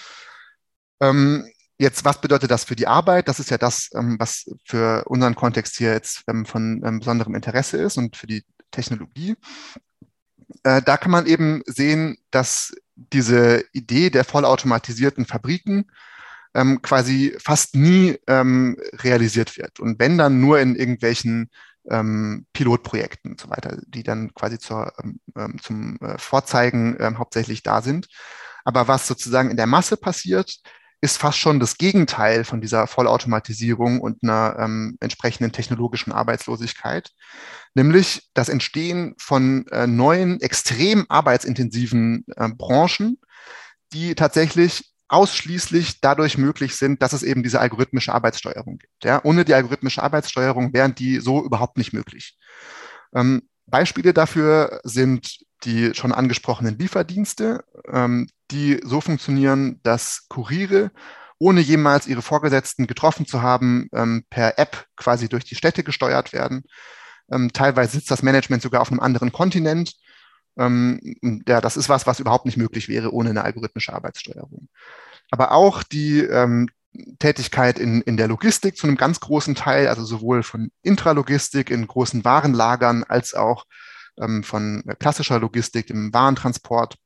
Ähm, Jetzt, was bedeutet das für die Arbeit? Das ist ja das, ähm, was für unseren Kontext hier jetzt ähm, von ähm, besonderem Interesse ist und für die Technologie. Äh, da kann man eben sehen, dass diese Idee der vollautomatisierten Fabriken ähm, quasi fast nie ähm, realisiert wird. Und wenn dann nur in irgendwelchen ähm, Pilotprojekten und so weiter, die dann quasi zur, ähm, zum äh, Vorzeigen ähm, hauptsächlich da sind. Aber was sozusagen in der Masse passiert, ist fast schon das Gegenteil von dieser Vollautomatisierung und einer ähm, entsprechenden technologischen Arbeitslosigkeit, nämlich das Entstehen von äh, neuen, extrem arbeitsintensiven äh, Branchen, die tatsächlich ausschließlich dadurch möglich sind, dass es eben diese algorithmische Arbeitssteuerung gibt. Ja? Ohne die algorithmische Arbeitssteuerung wären die so überhaupt nicht möglich. Ähm, Beispiele dafür sind die schon angesprochenen Lieferdienste, ähm, die so funktionieren, dass Kuriere, ohne jemals ihre Vorgesetzten getroffen zu haben, ähm, per App quasi durch die Städte gesteuert werden. Ähm, teilweise sitzt das Management sogar auf einem anderen Kontinent. Ähm, ja, das ist was, was überhaupt nicht möglich wäre ohne eine algorithmische Arbeitssteuerung. Aber auch die ähm, Tätigkeit in, in der Logistik zu einem ganz großen Teil, also sowohl von Intralogistik in großen Warenlagern als auch ähm, von klassischer Logistik im Warentransport,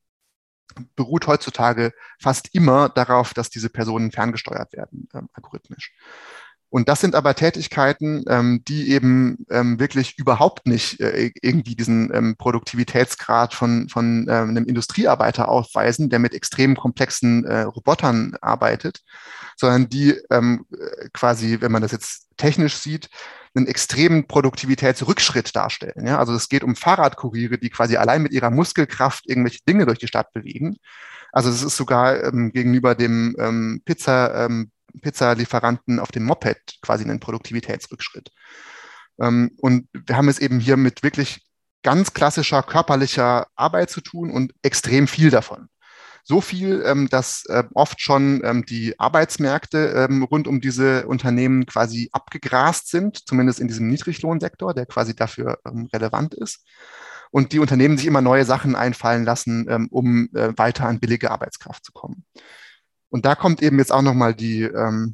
beruht heutzutage fast immer darauf, dass diese Personen ferngesteuert werden, ähm, algorithmisch. Und das sind aber Tätigkeiten, ähm, die eben ähm, wirklich überhaupt nicht äh, irgendwie diesen ähm, Produktivitätsgrad von, von äh, einem Industriearbeiter aufweisen, der mit extrem komplexen äh, Robotern arbeitet, sondern die ähm, quasi, wenn man das jetzt technisch sieht, einen extremen Produktivitätsrückschritt darstellen. Ja? Also es geht um Fahrradkuriere, die quasi allein mit ihrer Muskelkraft irgendwelche Dinge durch die Stadt bewegen. Also es ist sogar ähm, gegenüber dem ähm, Pizza, ähm, Pizzalieferanten auf dem Moped quasi einen Produktivitätsrückschritt. Ähm, und wir haben es eben hier mit wirklich ganz klassischer körperlicher Arbeit zu tun und extrem viel davon. So viel, ähm, dass äh, oft schon ähm, die Arbeitsmärkte ähm, rund um diese Unternehmen quasi abgegrast sind, zumindest in diesem Niedriglohnsektor, der quasi dafür ähm, relevant ist. Und die Unternehmen sich immer neue Sachen einfallen lassen, ähm, um äh, weiter an billige Arbeitskraft zu kommen. Und da kommt eben jetzt auch nochmal die, ähm,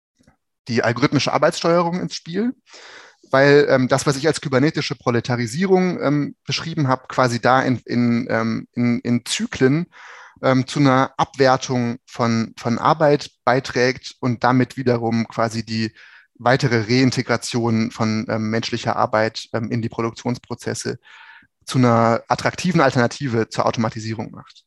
die algorithmische Arbeitssteuerung ins Spiel, weil ähm, das, was ich als kybernetische Proletarisierung ähm, beschrieben habe, quasi da in, in, ähm, in, in Zyklen ähm, zu einer Abwertung von, von Arbeit beiträgt und damit wiederum quasi die weitere Reintegration von ähm, menschlicher Arbeit ähm, in die Produktionsprozesse zu einer attraktiven Alternative zur Automatisierung macht.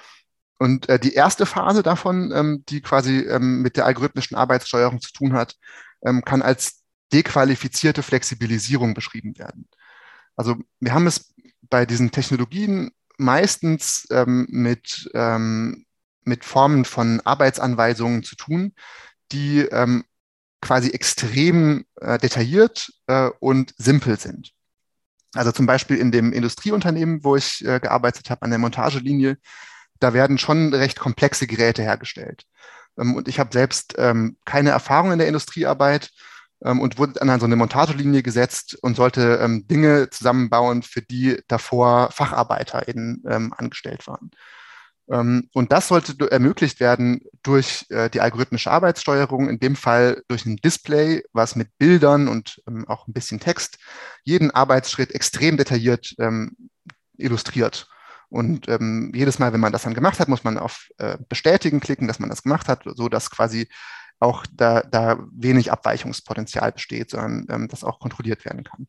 Und äh, die erste Phase davon, ähm, die quasi ähm, mit der algorithmischen Arbeitssteuerung zu tun hat, ähm, kann als dequalifizierte Flexibilisierung beschrieben werden. Also wir haben es bei diesen Technologien meistens ähm, mit, ähm, mit Formen von Arbeitsanweisungen zu tun, die ähm, quasi extrem äh, detailliert äh, und simpel sind. Also zum Beispiel in dem Industrieunternehmen, wo ich äh, gearbeitet habe, an der Montagelinie, da werden schon recht komplexe Geräte hergestellt. Ähm, und ich habe selbst ähm, keine Erfahrung in der Industriearbeit ähm, und wurde an so eine Montagelinie gesetzt und sollte ähm, Dinge zusammenbauen, für die davor FacharbeiterInnen ähm, angestellt waren. Ähm, und das sollte ermöglicht werden durch äh, die algorithmische Arbeitssteuerung, in dem Fall durch ein Display, was mit Bildern und ähm, auch ein bisschen Text jeden Arbeitsschritt extrem detailliert ähm, illustriert. Und ähm, jedes Mal, wenn man das dann gemacht hat, muss man auf äh, Bestätigen klicken, dass man das gemacht hat, so dass quasi auch da, da wenig Abweichungspotenzial besteht, sondern ähm, das auch kontrolliert werden kann.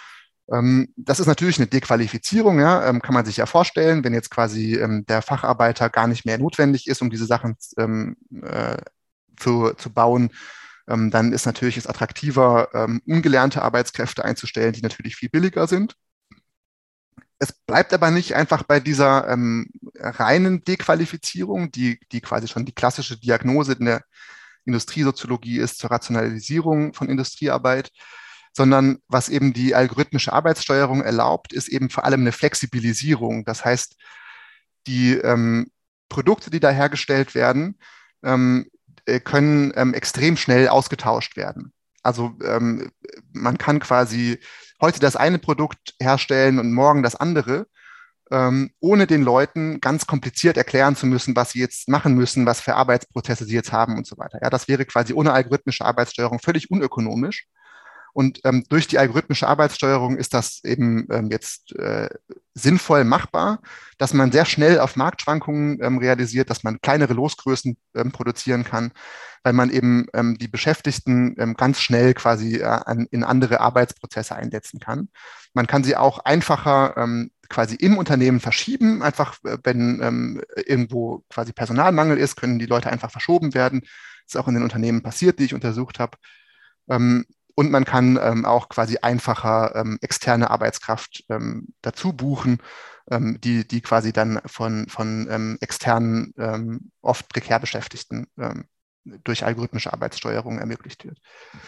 Ähm, das ist natürlich eine Dequalifizierung, ja, ähm, kann man sich ja vorstellen, wenn jetzt quasi ähm, der Facharbeiter gar nicht mehr notwendig ist, um diese Sachen ähm, äh, zu, zu bauen, ähm, dann ist natürlich es attraktiver, ähm, ungelernte Arbeitskräfte einzustellen, die natürlich viel billiger sind. Es bleibt aber nicht einfach bei dieser ähm, reinen Dequalifizierung, die, die quasi schon die klassische Diagnose in der Industriesoziologie ist zur Rationalisierung von Industriearbeit, sondern was eben die algorithmische Arbeitssteuerung erlaubt, ist eben vor allem eine Flexibilisierung. Das heißt, die ähm, Produkte, die da hergestellt werden, ähm, können ähm, extrem schnell ausgetauscht werden. Also ähm, man kann quasi heute das eine Produkt herstellen und morgen das andere, ähm, ohne den Leuten ganz kompliziert erklären zu müssen, was sie jetzt machen müssen, was für Arbeitsprozesse sie jetzt haben und so weiter. Ja, das wäre quasi ohne algorithmische Arbeitssteuerung völlig unökonomisch. Und ähm, durch die algorithmische Arbeitssteuerung ist das eben ähm, jetzt äh, sinnvoll machbar, dass man sehr schnell auf Marktschwankungen ähm, realisiert, dass man kleinere Losgrößen ähm, produzieren kann, weil man eben ähm, die Beschäftigten ähm, ganz schnell quasi äh, an, in andere Arbeitsprozesse einsetzen kann. Man kann sie auch einfacher ähm, quasi im Unternehmen verschieben. Einfach, äh, wenn ähm, irgendwo quasi Personalmangel ist, können die Leute einfach verschoben werden. Das ist auch in den Unternehmen passiert, die ich untersucht habe. Ähm, und man kann ähm, auch quasi einfacher ähm, externe Arbeitskraft ähm, dazu buchen, ähm, die, die quasi dann von, von ähm, externen, ähm, oft prekär Beschäftigten ähm, durch algorithmische Arbeitssteuerung ermöglicht wird.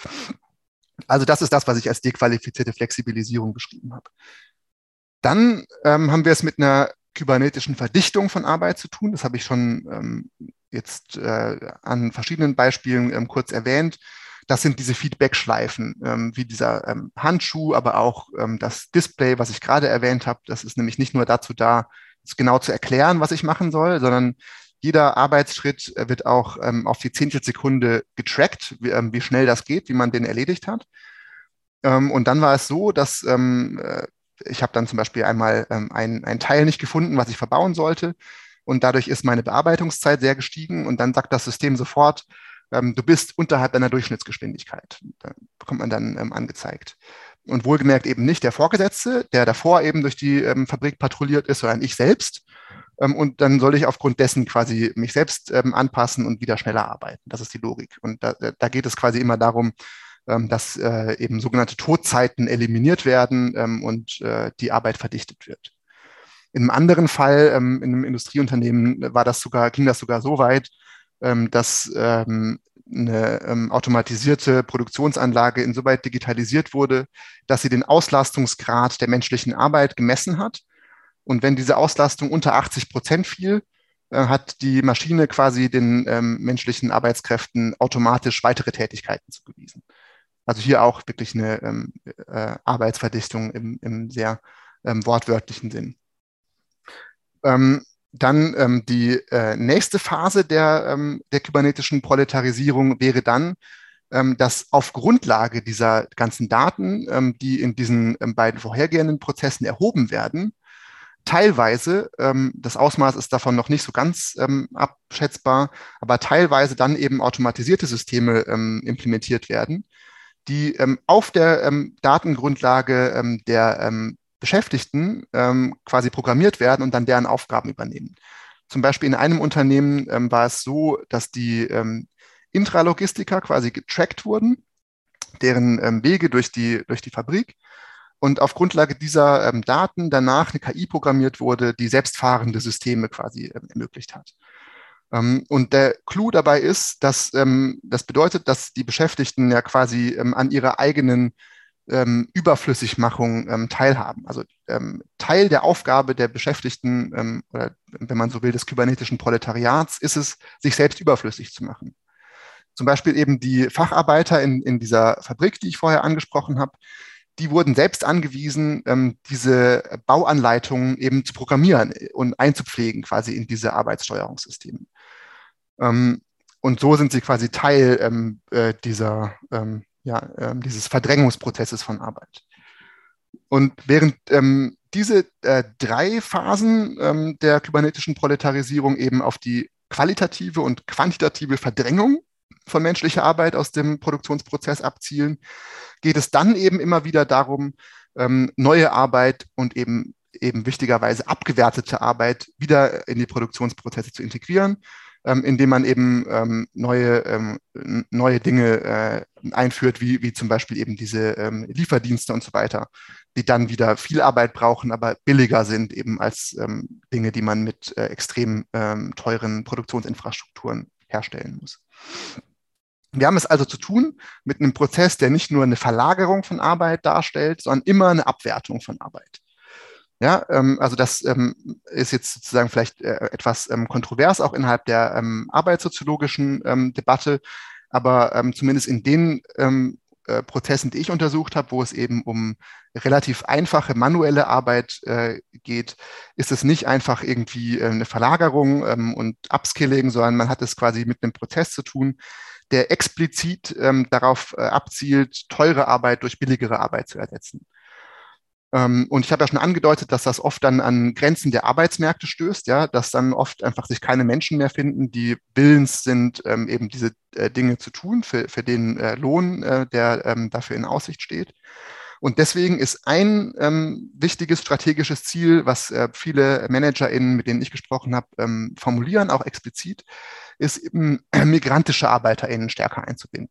Also das ist das, was ich als dequalifizierte Flexibilisierung beschrieben habe. Dann ähm, haben wir es mit einer kybernetischen Verdichtung von Arbeit zu tun. Das habe ich schon ähm, jetzt äh, an verschiedenen Beispielen ähm, kurz erwähnt. Das sind diese Feedback-Schleifen, ähm, wie dieser ähm, Handschuh, aber auch ähm, das Display, was ich gerade erwähnt habe. Das ist nämlich nicht nur dazu da, genau zu erklären, was ich machen soll, sondern jeder Arbeitsschritt wird auch ähm, auf die Zehntelsekunde getrackt, wie, ähm, wie schnell das geht, wie man den erledigt hat. Ähm, und dann war es so, dass ähm, äh, ich habe dann zum Beispiel einmal ähm, ein, ein Teil nicht gefunden, was ich verbauen sollte. Und dadurch ist meine Bearbeitungszeit sehr gestiegen. Und dann sagt das System sofort, ähm, du bist unterhalb deiner Durchschnittsgeschwindigkeit. Da bekommt man dann ähm, angezeigt. Und wohlgemerkt eben nicht der Vorgesetzte, der davor eben durch die ähm, Fabrik patrouilliert ist, sondern ich selbst. Ähm, und dann soll ich aufgrund dessen quasi mich selbst ähm, anpassen und wieder schneller arbeiten. Das ist die Logik. Und da, da geht es quasi immer darum, ähm, dass äh, eben sogenannte Todzeiten eliminiert werden ähm, und äh, die Arbeit verdichtet wird. In einem anderen Fall, ähm, in einem Industrieunternehmen, war das sogar, ging das sogar so weit, ähm, dass ähm, eine ähm, automatisierte Produktionsanlage insoweit digitalisiert wurde, dass sie den Auslastungsgrad der menschlichen Arbeit gemessen hat. Und wenn diese Auslastung unter achtzig Prozent fiel, äh, hat die Maschine quasi den ähm, menschlichen Arbeitskräften automatisch weitere Tätigkeiten zugewiesen. Also hier auch wirklich eine ähm, äh, Arbeitsverdichtung im, im sehr ähm, wortwörtlichen Sinn. Ähm, dann ähm, die äh, nächste Phase der, ähm, der kybernetischen Proletarisierung wäre dann, ähm, dass auf Grundlage dieser ganzen Daten, ähm, die in diesen ähm, beiden vorhergehenden Prozessen erhoben werden, teilweise, ähm, das Ausmaß ist davon noch nicht so ganz ähm, abschätzbar, aber teilweise dann eben automatisierte Systeme ähm, implementiert werden, die ähm, auf der ähm, Datengrundlage ähm, der ähm, Beschäftigten ähm, quasi programmiert werden und dann deren Aufgaben übernehmen. Zum Beispiel in einem Unternehmen ähm, war es so, dass die ähm, Intralogistiker quasi getrackt wurden, deren ähm, Wege durch die, durch die Fabrik. Und auf Grundlage dieser ähm, Daten danach eine K I programmiert wurde, die selbstfahrende Systeme quasi ähm, ermöglicht hat. Ähm, und der Clou dabei ist, dass ähm, das bedeutet, dass die Beschäftigten ja quasi ähm, an ihrer eigenen ähm, Überflüssigmachung ähm, teilhaben. Also ähm, Teil der Aufgabe der Beschäftigten ähm, oder wenn man so will, des kybernetischen Proletariats ist es, sich selbst überflüssig zu machen. Zum Beispiel eben die Facharbeiter in, in dieser Fabrik, die ich vorher angesprochen habe, die wurden selbst angewiesen, ähm, diese Bauanleitungen eben zu programmieren und einzupflegen quasi in diese Arbeitssteuerungssysteme. Ähm, und so sind sie quasi Teil ähm, äh, dieser, ähm, ja, ähm, dieses Verdrängungsprozesses von Arbeit. Und während ähm, diese äh, drei Phasen ähm, der kybernetischen Proletarisierung eben auf die qualitative und quantitative Verdrängung von menschlicher Arbeit aus dem Produktionsprozess abzielen, geht es dann eben immer wieder darum, ähm, neue Arbeit und eben, eben wichtigerweise abgewertete Arbeit wieder in die Produktionsprozesse zu integrieren, ähm, indem man eben ähm, neue, ähm, neue Dinge äh, einführt, wie, wie zum Beispiel eben diese ähm, Lieferdienste und so weiter, die dann wieder viel Arbeit brauchen, aber billiger sind eben als ähm, Dinge, die man mit äh, extrem ähm, teuren Produktionsinfrastrukturen herstellen muss. Wir haben es also zu tun mit einem Prozess, der nicht nur eine Verlagerung von Arbeit darstellt, sondern immer eine Abwertung von Arbeit. Ja, ähm, also das ähm, ist jetzt sozusagen vielleicht äh, etwas ähm, kontrovers, auch innerhalb der ähm, arbeitssoziologischen ähm, Debatte, aber ähm, zumindest in den ähm, äh, Prozessen, die ich untersucht habe, wo es eben um relativ einfache manuelle Arbeit äh, geht, ist es nicht einfach irgendwie äh, eine Verlagerung ähm, und Upskilling, sondern man hat es quasi mit einem Prozess zu tun, der explizit ähm, darauf äh, abzielt, teure Arbeit durch billigere Arbeit zu ersetzen. Ähm, und ich habe ja schon angedeutet, dass das oft dann an Grenzen der Arbeitsmärkte stößt, ja, dass dann oft einfach sich keine Menschen mehr finden, die willens sind, ähm, eben diese äh, Dinge zu tun, für, für den äh, Lohn, äh, der ähm, dafür in Aussicht steht. Und deswegen ist ein ähm, wichtiges strategisches Ziel, was äh, viele ManagerInnen, mit denen ich gesprochen habe, ähm, formulieren, auch explizit, ist eben äh, migrantische ArbeiterInnen stärker einzubinden.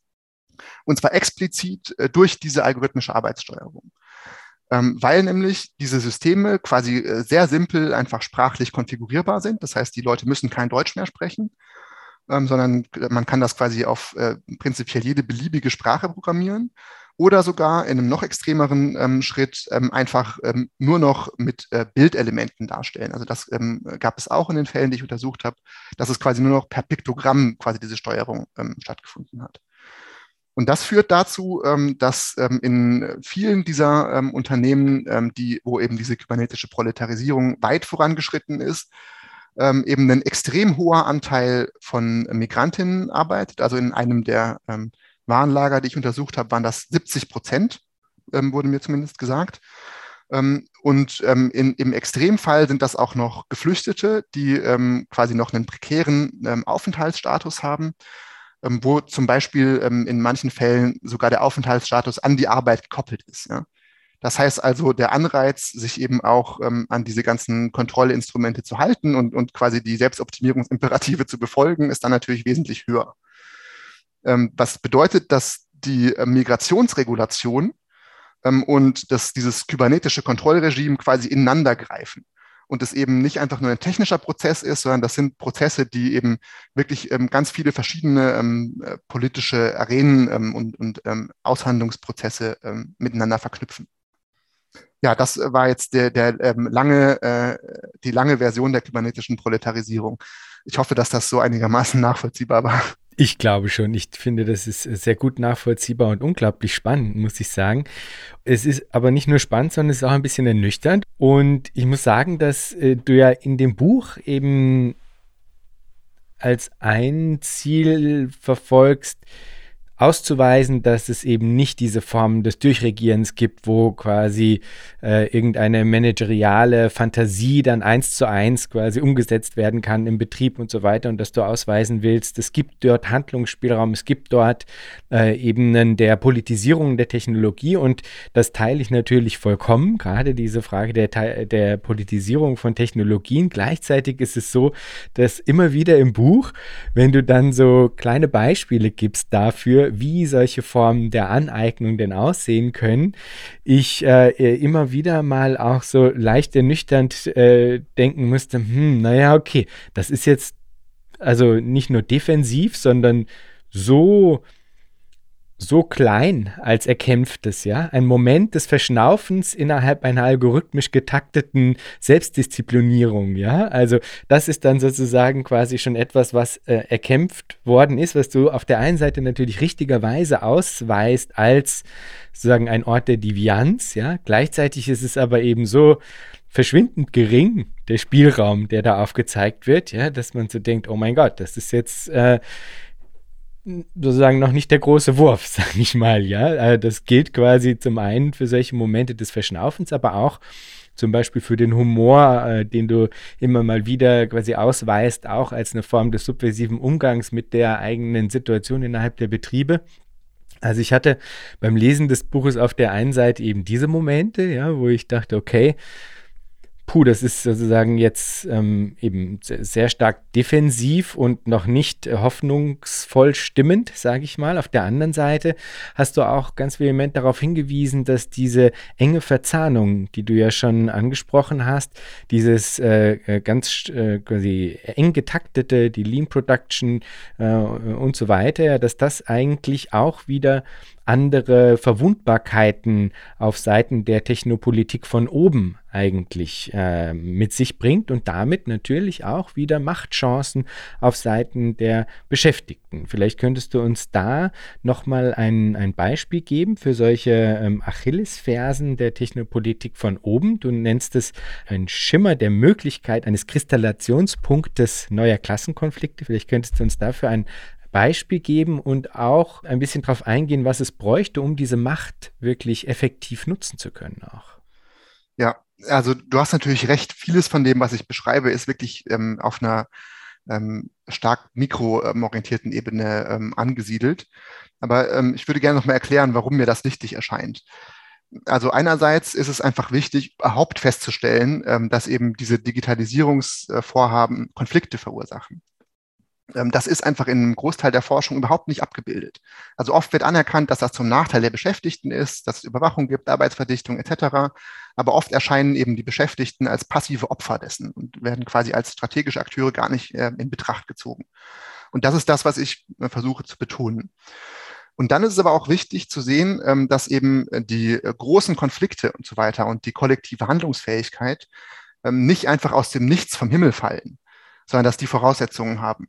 Und zwar explizit äh, durch diese algorithmische Arbeitssteuerung. Ähm, weil nämlich diese Systeme quasi äh, sehr simpel einfach sprachlich konfigurierbar sind. Das heißt, die Leute müssen kein Deutsch mehr sprechen, ähm, sondern man kann das quasi auf äh, prinzipiell jede beliebige Sprache programmieren. Oder sogar in einem noch extremeren ähm, Schritt ähm, einfach ähm, nur noch mit äh, Bildelementen darstellen. Also das ähm, gab es auch in den Fällen, die ich untersucht habe, dass es quasi nur noch per Piktogramm quasi diese Steuerung ähm, stattgefunden hat. Und das führt dazu, ähm, dass ähm, in vielen dieser ähm, Unternehmen, ähm, die, wo eben diese kybernetische Proletarisierung weit vorangeschritten ist, ähm, eben ein extrem hoher Anteil von Migrantinnen arbeitet. Also in einem der ähm, Warenlager, die ich untersucht habe, waren das siebzig Prozent, ähm, wurde mir zumindest gesagt. Ähm, und ähm, in, im Extremfall sind das auch noch Geflüchtete, die ähm, quasi noch einen prekären ähm, Aufenthaltsstatus haben, ähm, wo zum Beispiel ähm, in manchen Fällen sogar der Aufenthaltsstatus an die Arbeit gekoppelt ist. Ja? Das heißt also, der Anreiz, sich eben auch ähm, an diese ganzen Kontrollinstrumente zu halten und, und quasi die Selbstoptimierungsimperative zu befolgen, ist dann natürlich wesentlich höher. Ähm, was bedeutet, dass die äh, Migrationsregulation ähm, und das, dieses kybernetische Kontrollregime quasi ineinander greifen. Und es eben nicht einfach nur ein technischer Prozess ist, sondern das sind Prozesse, die eben wirklich ähm, ganz viele verschiedene ähm, äh, politische Arenen ähm, und, und ähm, Aushandlungsprozesse ähm, miteinander verknüpfen. Ja, das war jetzt der, der ähm, lange, äh, die lange Version der kybernetischen Proletarisierung. Ich hoffe, dass das so einigermaßen nachvollziehbar war. Ich glaube schon. Ich finde, das ist sehr gut nachvollziehbar und unglaublich spannend, muss ich sagen. Es ist aber nicht nur spannend, sondern es ist auch ein bisschen ernüchternd. Und ich muss sagen, dass äh, du ja in dem Buch eben als ein Ziel verfolgst, auszuweisen, dass es eben nicht diese Form des Durchregierens gibt, wo quasi äh, irgendeine manageriale Fantasie dann eins zu eins quasi umgesetzt werden kann im Betrieb und so weiter und dass du ausweisen willst, es gibt dort Handlungsspielraum, es gibt dort äh, Ebenen der Politisierung der Technologie und das teile ich natürlich vollkommen, gerade diese Frage der, der Politisierung von Technologien. Gleichzeitig ist es so, dass immer wieder im Buch, wenn du dann so kleine Beispiele gibst dafür, wie solche Formen der Aneignung denn aussehen können, ich äh, immer wieder mal auch so leicht ernüchternd äh, denken musste, hm, naja, okay, das ist jetzt also nicht nur defensiv, sondern so so klein als erkämpftes, ja, ein Moment des Verschnaufens innerhalb einer algorithmisch getakteten Selbstdisziplinierung, ja, also das ist dann sozusagen quasi schon etwas, was äh, erkämpft worden ist, was du auf der einen Seite natürlich richtigerweise ausweist als sozusagen ein Ort der Devianz, ja, gleichzeitig ist es aber eben so verschwindend gering, der Spielraum, der da aufgezeigt wird, ja, dass man so denkt, oh mein Gott, das ist jetzt äh, sozusagen noch nicht der große Wurf, sage ich mal, ja. Das gilt quasi zum einen für solche Momente des Verschnaufens, aber auch zum Beispiel für den Humor, äh, den du immer mal wieder quasi ausweist, auch als eine Form des subversiven Umgangs mit der eigenen Situation innerhalb der Betriebe. Also ich hatte beim Lesen des Buches auf der einen Seite eben diese Momente, ja, wo ich dachte, okay, puh, das ist sozusagen jetzt ähm, eben sehr stark defensiv und noch nicht äh, hoffnungsvoll stimmend, sage ich mal. Auf der anderen Seite hast du auch ganz vehement darauf hingewiesen, dass diese enge Verzahnung, die du ja schon angesprochen hast, dieses äh, ganz äh, quasi eng getaktete, die Lean Production äh, und so weiter, dass das eigentlich auch wieder andere Verwundbarkeiten auf Seiten der Technopolitik von oben eigentlich äh, mit sich bringt und damit natürlich auch wieder Machtchancen auf Seiten der Beschäftigten. Vielleicht könntest du uns da nochmal ein, ein Beispiel geben für solche ähm, Achillesfersen der Technopolitik von oben. Du nennst es ein Schimmer der Möglichkeit eines Kristallationspunktes neuer Klassenkonflikte. Vielleicht könntest du uns dafür ein Beispiel geben und auch ein bisschen darauf eingehen, was es bräuchte, um diese Macht wirklich effektiv nutzen zu können auch. Ja, also du hast natürlich recht. Vieles von dem, was ich beschreibe, ist wirklich ähm, auf einer ähm, stark mikroorientierten Ebene ähm, angesiedelt. Aber ähm, ich würde gerne noch mal erklären, warum mir das wichtig erscheint. Also einerseits ist es einfach wichtig, überhaupt festzustellen, ähm, dass eben diese Digitalisierungsvorhaben Konflikte verursachen. Ähm, das ist einfach in einem Großteil der Forschung überhaupt nicht abgebildet. Also oft wird anerkannt, dass das zum Nachteil der Beschäftigten ist, dass es Überwachung gibt, Arbeitsverdichtung et cetera. Aber oft erscheinen eben die Beschäftigten als passive Opfer dessen und werden quasi als strategische Akteure gar nicht äh, in Betracht gezogen. Und das ist das, was ich äh, versuche zu betonen. Und dann ist es aber auch wichtig zu sehen, ähm, dass eben die äh, großen Konflikte und so weiter und die kollektive Handlungsfähigkeit ähm, nicht einfach aus dem Nichts vom Himmel fallen, sondern dass die Voraussetzungen haben.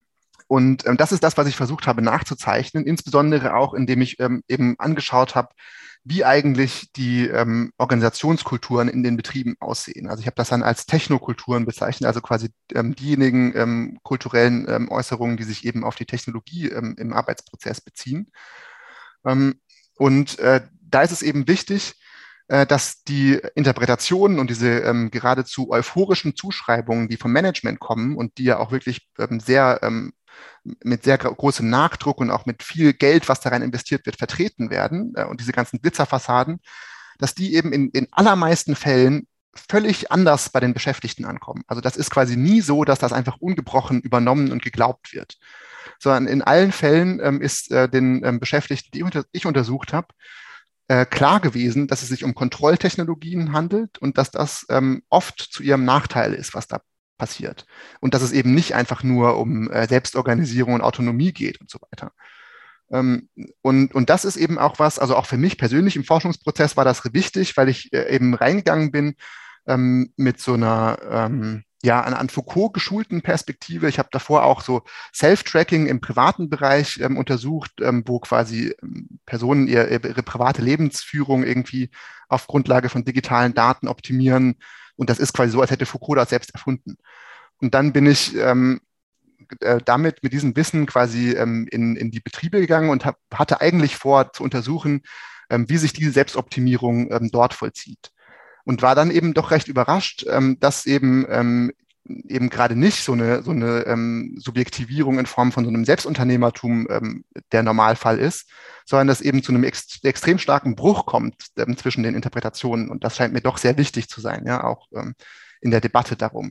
Und ähm, das ist das, was ich versucht habe nachzuzeichnen, insbesondere auch, indem ich ähm, eben angeschaut habe, wie eigentlich die ähm, Organisationskulturen in den Betrieben aussehen. Also ich habe das dann als Technokulturen bezeichnet, also quasi ähm, diejenigen ähm, kulturellen ähm, Äußerungen, die sich eben auf die Technologie ähm, im Arbeitsprozess beziehen. Ähm, und äh, da ist es eben wichtig, äh, dass die Interpretationen und diese ähm, geradezu euphorischen Zuschreibungen, die vom Management kommen und die ja auch wirklich ähm, sehr ähm, mit sehr großem Nachdruck und auch mit viel Geld, was da rein investiert wird, vertreten werden äh, und diese ganzen Glitzerfassaden, dass die eben in den allermeisten Fällen völlig anders bei den Beschäftigten ankommen. Also das ist quasi nie so, dass das einfach ungebrochen übernommen und geglaubt wird, sondern in allen Fällen ähm, ist äh, den ähm, Beschäftigten, die unter ich untersucht habe, äh, klar gewesen, dass es sich um Kontrolltechnologien handelt und dass das ähm, oft zu ihrem Nachteil ist, was da passiert. Und dass es eben nicht einfach nur um äh, Selbstorganisierung und Autonomie geht und so weiter. Ähm, und, und das ist eben auch was, also auch für mich persönlich im Forschungsprozess war das wichtig, weil ich äh, eben reingegangen bin ähm, mit so einer ähm, ja, an, an Foucault geschulten Perspektive. Ich habe davor auch so Self-Tracking im privaten Bereich ähm, untersucht, ähm, wo quasi ähm, Personen ihre, ihre private Lebensführung irgendwie auf Grundlage von digitalen Daten optimieren. Und das ist quasi so, als hätte Foucault das selbst erfunden. Und dann bin ich ähm, äh, damit, mit diesem Wissen quasi ähm, in, in die Betriebe gegangen und hab, hatte eigentlich vor zu untersuchen, ähm, wie sich diese Selbstoptimierung ähm, dort vollzieht. Und war dann eben doch recht überrascht, ähm, dass eben ähm, eben gerade nicht so eine, so eine ähm, Subjektivierung in Form von so einem Selbstunternehmertum ähm, der Normalfall ist, sondern dass eben zu einem ex extrem starken Bruch kommt ähm, zwischen den Interpretationen. Und das scheint mir doch sehr wichtig zu sein, ja, auch ähm, in der Debatte darum.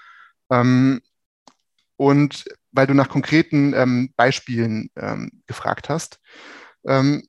Ähm, und weil du nach konkreten ähm, Beispielen ähm, gefragt hast, ähm,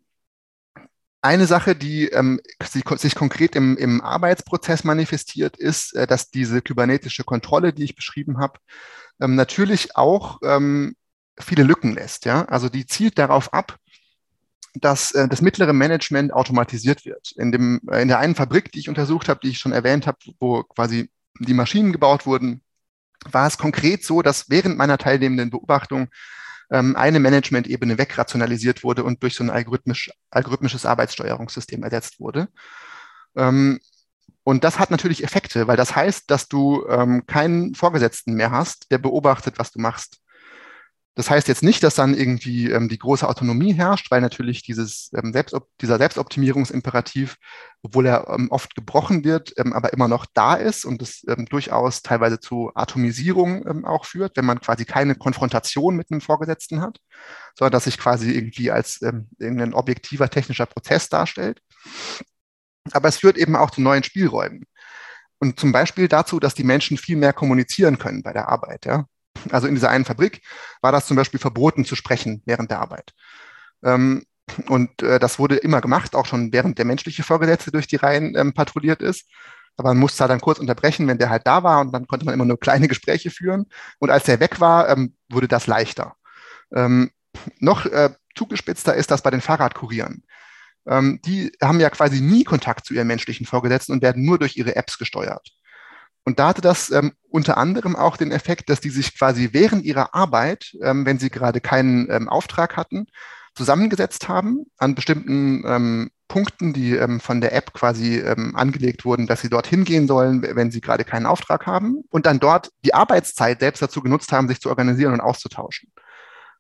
eine Sache, die ähm, sich, sich konkret im, im Arbeitsprozess manifestiert, ist, äh, dass diese kybernetische Kontrolle, die ich beschrieben habe, ähm, natürlich auch ähm, viele Lücken lässt. Ja? Also die zielt darauf ab, dass äh, das mittlere Management automatisiert wird. In, dem, äh, in der einen Fabrik, die ich untersucht habe, die ich schon erwähnt habe, wo quasi die Maschinen gebaut wurden, war es konkret so, dass während meiner teilnehmenden Beobachtung ähm, eine Management-Ebene wegrationalisiert wurde und durch so ein algorithmisch, algorithmisches Arbeitssteuerungssystem ersetzt wurde. Ähm, und das hat natürlich Effekte, weil das heißt, dass du ähm, keinen Vorgesetzten mehr hast, der beobachtet, was du machst. Das heißt jetzt nicht, dass dann irgendwie ähm, die große Autonomie herrscht, weil natürlich dieses, ähm, Selbstop dieser Selbstoptimierungsimperativ, obwohl er ähm, oft gebrochen wird, ähm, aber immer noch da ist und es ähm, durchaus teilweise zu Atomisierung ähm, auch führt, wenn man quasi keine Konfrontation mit einem Vorgesetzten hat, sondern dass sich quasi irgendwie als ähm, irgendein objektiver technischer Prozess darstellt. Aber es führt eben auch zu neuen Spielräumen. Und zum Beispiel dazu, dass die Menschen viel mehr kommunizieren können bei der Arbeit, ja. Also in dieser einen Fabrik war das zum Beispiel verboten zu sprechen während der Arbeit. Ähm, und äh, das wurde immer gemacht, auch schon während der menschliche Vorgesetzte durch die Reihen ähm, patrouilliert ist. Aber man musste halt dann kurz unterbrechen, wenn der halt da war und dann konnte man immer nur kleine Gespräche führen. Und als der weg war, ähm, wurde das leichter. Ähm, noch äh, zugespitzter ist das bei den Fahrradkurieren. Ähm, die haben ja quasi nie Kontakt zu ihren menschlichen Vorgesetzten und werden nur durch ihre Apps gesteuert. Und da hatte das ähm, unter anderem auch den Effekt, dass die sich quasi während ihrer Arbeit, ähm, wenn sie gerade keinen ähm, Auftrag hatten, zusammengesetzt haben an bestimmten ähm, Punkten, die ähm, von der App quasi ähm, angelegt wurden, dass sie dorthin gehen sollen, wenn sie gerade keinen Auftrag haben und dann dort die Arbeitszeit selbst dazu genutzt haben, sich zu organisieren und auszutauschen.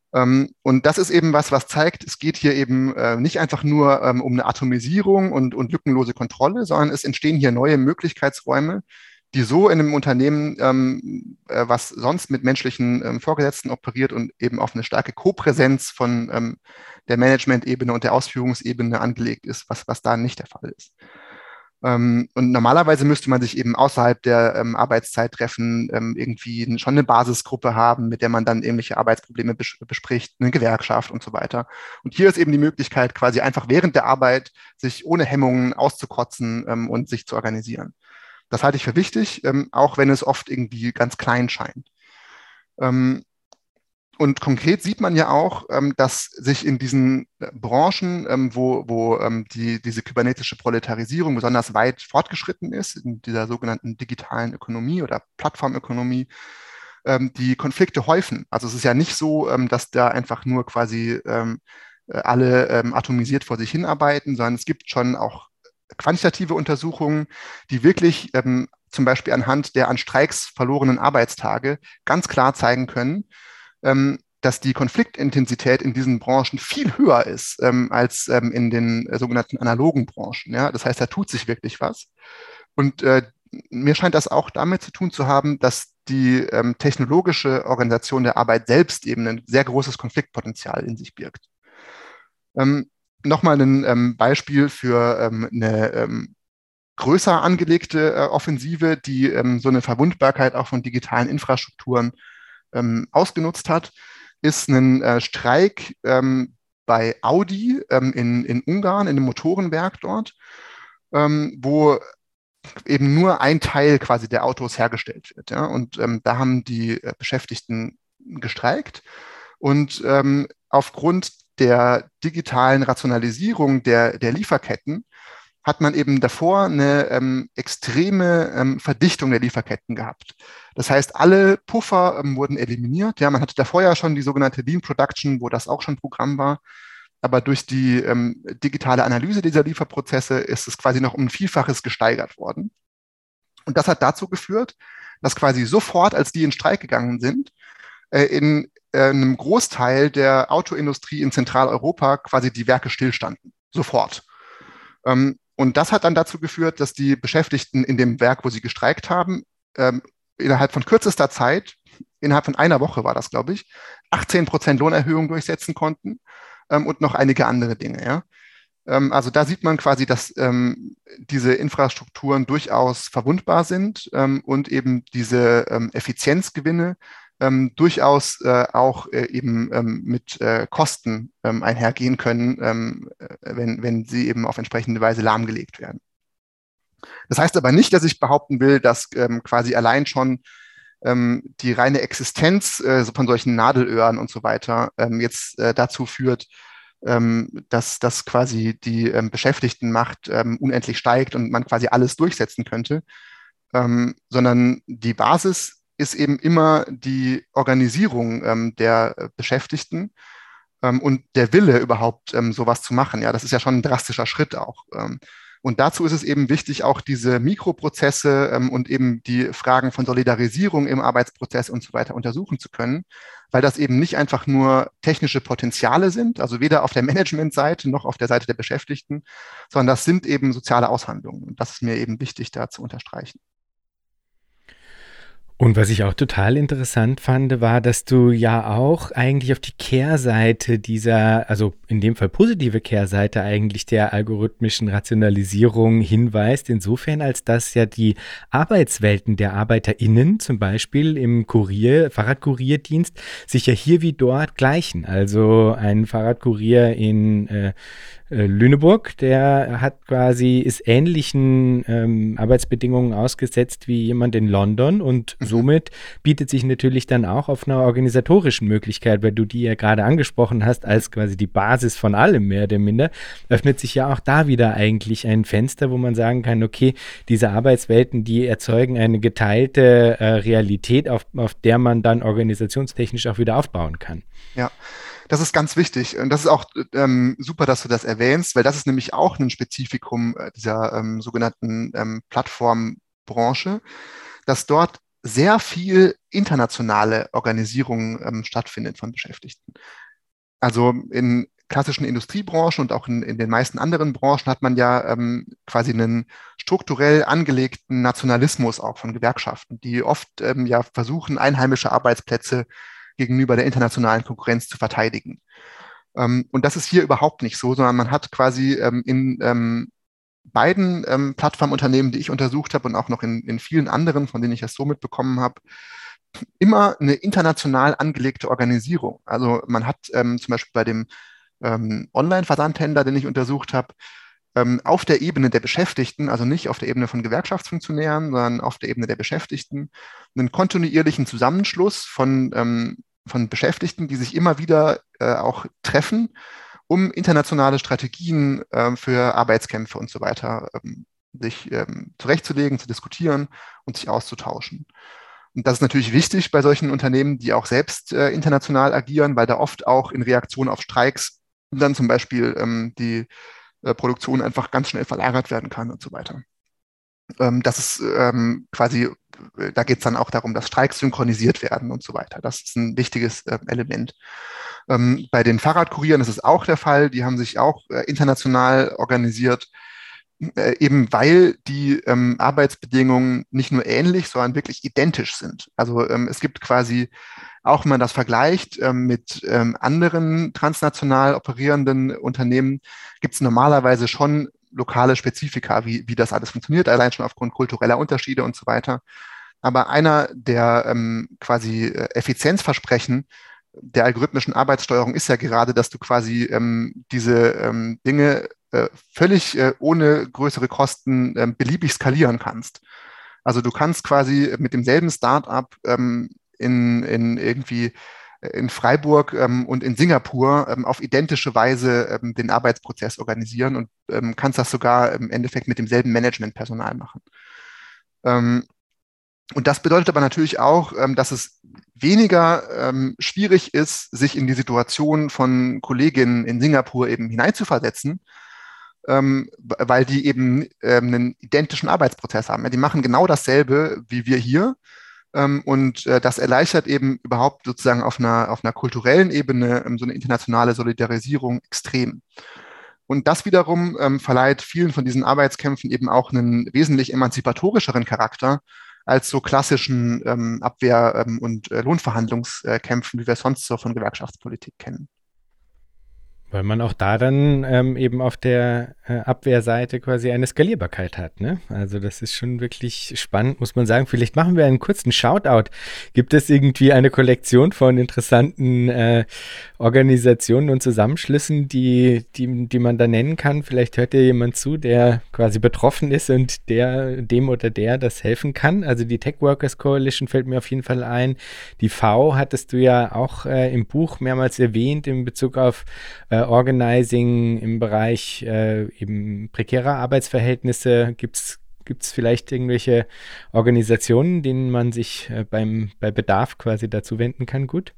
Ähm, und das ist eben was, was zeigt, es geht hier eben äh, nicht einfach nur ähm, um eine Atomisierung und, und lückenlose Kontrolle, sondern es entstehen hier neue Möglichkeitsräume, die so in einem Unternehmen, ähm, äh, was sonst mit menschlichen ähm, Vorgesetzten operiert und eben auf eine starke Kopräsenz von ähm, der Management-Ebene und der Ausführungsebene angelegt ist, was, was da nicht der Fall ist. Ähm, und normalerweise müsste man sich eben außerhalb der ähm, Arbeitszeit treffen, ähm, irgendwie schon eine Basisgruppe haben, mit der man dann ähnliche Arbeitsprobleme bes bespricht, eine Gewerkschaft und so weiter. Und hier ist eben die Möglichkeit, quasi einfach während der Arbeit sich ohne Hemmungen auszukotzen ähm, und sich zu organisieren. Das halte ich für wichtig, ähm, auch wenn es oft irgendwie ganz klein scheint. Ähm, und konkret sieht man ja auch, ähm, dass sich in diesen äh, Branchen, ähm, wo, wo ähm, die, diese kybernetische Proletarisierung besonders weit fortgeschritten ist, in dieser sogenannten digitalen Ökonomie oder Plattformökonomie, ähm, die Konflikte häufen. Also es ist ja nicht so, ähm, dass da einfach nur quasi ähm, äh, alle ähm, atomisiert vor sich hinarbeiten, sondern es gibt schon auch quantitative Untersuchungen, die wirklich ähm, zum Beispiel anhand der an Streiks verlorenen Arbeitstage ganz klar zeigen können, ähm, dass die Konfliktintensität in diesen Branchen viel höher ist ähm, als ähm, in den äh, sogenannten analogen Branchen. Ja? Das heißt, da tut sich wirklich was. Und äh, mir scheint das auch damit zu tun zu haben, dass die ähm, technologische Organisation der Arbeit selbst eben ein sehr großes Konfliktpotenzial in sich birgt. Ähm, Nochmal ein ähm, Beispiel für ähm, eine ähm, größer angelegte äh, Offensive, die ähm, so eine Verwundbarkeit auch von digitalen Infrastrukturen ähm, ausgenutzt hat, ist ein äh, Streik ähm, bei Audi ähm, in, in Ungarn, in einem Motorenwerk dort, ähm, wo eben nur ein Teil quasi der Autos hergestellt wird. Ja? Und ähm, da haben die äh, Beschäftigten gestreikt. Und ähm, aufgrund der digitalen Rationalisierung der, der Lieferketten hat man eben davor eine ähm, extreme ähm, Verdichtung der Lieferketten gehabt. Das heißt, alle Puffer ähm, wurden eliminiert. Ja, man hatte davor ja schon die sogenannte Lean Production, wo das auch schon Programm war. Aber durch die ähm, digitale Analyse dieser Lieferprozesse ist es quasi noch um ein Vielfaches gesteigert worden. Und das hat dazu geführt, dass quasi sofort, als die in Streik gegangen sind, äh, in äh, einem Großteil der Autoindustrie in Zentraleuropa quasi die Werke stillstanden. Sofort. Ähm, und das hat dann dazu geführt, dass die Beschäftigten in dem Werk, wo sie gestreikt haben, ähm, innerhalb von kürzester Zeit, innerhalb von einer Woche war das, glaube ich, achtzehn Prozent Lohnerhöhung durchsetzen konnten ähm, und noch einige andere Dinge. Ja? Ähm, also da sieht man quasi, dass ähm, diese Infrastrukturen durchaus verwundbar sind ähm, und eben diese ähm, Effizienzgewinne ähm, durchaus äh, auch äh, eben ähm, mit äh, Kosten ähm, einhergehen können, ähm, äh, wenn, wenn sie eben auf entsprechende Weise lahmgelegt werden. Das heißt aber nicht, dass ich behaupten will, dass ähm, quasi allein schon ähm, die reine Existenz äh, von solchen Nadelöhren und so weiter ähm, jetzt äh, dazu führt, ähm, dass, dass quasi die ähm, Beschäftigtenmacht ähm, unendlich steigt und man quasi alles durchsetzen könnte, ähm, sondern die Basis ist eben immer die Organisierung ähm, der Beschäftigten ähm, und der Wille überhaupt ähm, sowas zu machen. Ja, das ist ja schon ein drastischer Schritt auch. Ähm, und dazu ist es eben wichtig, auch diese Mikroprozesse ähm, und eben die Fragen von Solidarisierung im Arbeitsprozess und so weiter untersuchen zu können, weil das eben nicht einfach nur technische Potenziale sind, also weder auf der Managementseite noch auf der Seite der Beschäftigten, sondern das sind eben soziale Aushandlungen. Und das ist mir eben wichtig, da zu unterstreichen. Und was ich auch total interessant fand, war, dass du ja auch eigentlich auf die Kehrseite dieser, also in dem Fall positive Kehrseite eigentlich der algorithmischen Rationalisierung hinweist, insofern als dass ja die Arbeitswelten der ArbeiterInnen zum Beispiel im Kurier, Fahrradkurierdienst sich ja hier wie dort gleichen. Also ein Fahrradkurier in äh, Lüneburg, der hat quasi, ist ähnlichen ähm, Arbeitsbedingungen ausgesetzt wie jemand in London und Mhm. somit bietet sich natürlich dann auch auf einer organisatorischen Möglichkeit, weil du die ja gerade angesprochen hast, als quasi die Basis von allem mehr oder minder, öffnet sich ja auch da wieder eigentlich ein Fenster, wo man sagen kann, okay, diese Arbeitswelten, die erzeugen eine geteilte äh, Realität, auf, auf der man dann organisationstechnisch auch wieder aufbauen kann. Ja, das ist ganz wichtig. Und das ist auch ähm, super, dass du das erwähnst, weil das ist nämlich auch ein Spezifikum äh, dieser ähm, sogenannten ähm, Plattformbranche, dass dort sehr viel internationale Organisierung ähm, stattfindet von Beschäftigten. Also in klassischen Industriebranchen und auch in, in den meisten anderen Branchen hat man ja ähm, quasi einen strukturell angelegten Nationalismus auch von Gewerkschaften, die oft ähm, ja versuchen, einheimische Arbeitsplätze gegenüber der internationalen Konkurrenz zu verteidigen. Ähm, und das ist hier überhaupt nicht so, sondern man hat quasi ähm, in ähm, beiden ähm, Plattformunternehmen, die ich untersucht habe und auch noch in, in vielen anderen, von denen ich es so mitbekommen habe, immer eine international angelegte Organisierung. Also man hat ähm, zum Beispiel bei dem ähm, Online-Versandhändler, den ich untersucht habe, ähm, auf der Ebene der Beschäftigten, also nicht auf der Ebene von Gewerkschaftsfunktionären, sondern auf der Ebene der Beschäftigten, einen kontinuierlichen Zusammenschluss von, ähm, von Beschäftigten, die sich immer wieder äh, auch treffen, um internationale Strategien äh, für Arbeitskämpfe und so weiter ähm, sich ähm, zurechtzulegen, zu diskutieren und sich auszutauschen. Und das ist natürlich wichtig bei solchen Unternehmen, die auch selbst äh, international agieren, weil da oft auch in Reaktion auf Streiks dann zum Beispiel ähm, die äh, Produktion einfach ganz schnell verlagert werden kann und so weiter. Ähm, das ist ähm, quasi, äh, da geht es dann auch darum, dass Streiks synchronisiert werden und so weiter. Das ist ein wichtiges äh, Element. Ähm, bei den Fahrradkurieren ist es auch der Fall. Die haben sich auch äh, international organisiert, äh, eben weil die ähm, Arbeitsbedingungen nicht nur ähnlich, sondern wirklich identisch sind. Also ähm, es gibt quasi, auch wenn man das vergleicht ähm, mit ähm, anderen transnational operierenden Unternehmen, gibt es normalerweise schon lokale Spezifika, wie, wie das alles funktioniert, allein schon aufgrund kultureller Unterschiede und so weiter. Aber einer der ähm, quasi äh, Effizienzversprechen der algorithmischen Arbeitssteuerung ist ja gerade, dass du quasi ähm, diese ähm, Dinge äh, völlig äh, ohne größere Kosten ähm, beliebig skalieren kannst. Also du kannst quasi mit demselben Startup ähm, in, in irgendwie in Freiburg ähm, und in Singapur ähm, auf identische Weise ähm, den Arbeitsprozess organisieren und ähm, kannst das sogar im Endeffekt mit demselben Managementpersonal machen. Ähm, und das bedeutet aber natürlich auch, ähm, dass es weniger ähm, schwierig ist, sich in die Situation von Kolleginnen in Singapur eben hineinzuversetzen, ähm, weil die eben ähm, einen identischen Arbeitsprozess haben. Ja, die machen genau dasselbe wie wir hier. Ähm, und äh, das erleichtert eben überhaupt sozusagen auf einer, auf einer kulturellen Ebene ähm, so eine internationale Solidarisierung extrem. Und das wiederum ähm, verleiht vielen von diesen Arbeitskämpfen eben auch einen wesentlich emanzipatorischeren Charakter als so klassischen ähm, Abwehr- ähm, und äh, Lohnverhandlungskämpfen, wie wir es sonst so von Gewerkschaftspolitik kennen. Weil man auch da dann ähm, eben auf der äh, Abwehrseite quasi eine Skalierbarkeit hat, ne? Also das ist schon wirklich spannend, muss man sagen. Vielleicht machen wir einen kurzen Shoutout. Gibt es irgendwie eine Kollektion von interessanten äh, Organisationen und Zusammenschlüssen, die, die, die man da nennen kann? Vielleicht hört ja jemand zu, der quasi betroffen ist und der dem oder der das helfen kann. Also die Tech Workers Coalition fällt mir auf jeden Fall ein. Die V A U hattest du ja auch äh, im Buch mehrmals erwähnt in Bezug auf äh, Organizing im Bereich äh, eben prekärer Arbeitsverhältnisse. Gibt es vielleicht irgendwelche Organisationen, denen man sich äh, beim, bei Bedarf quasi dazu wenden kann? Gut.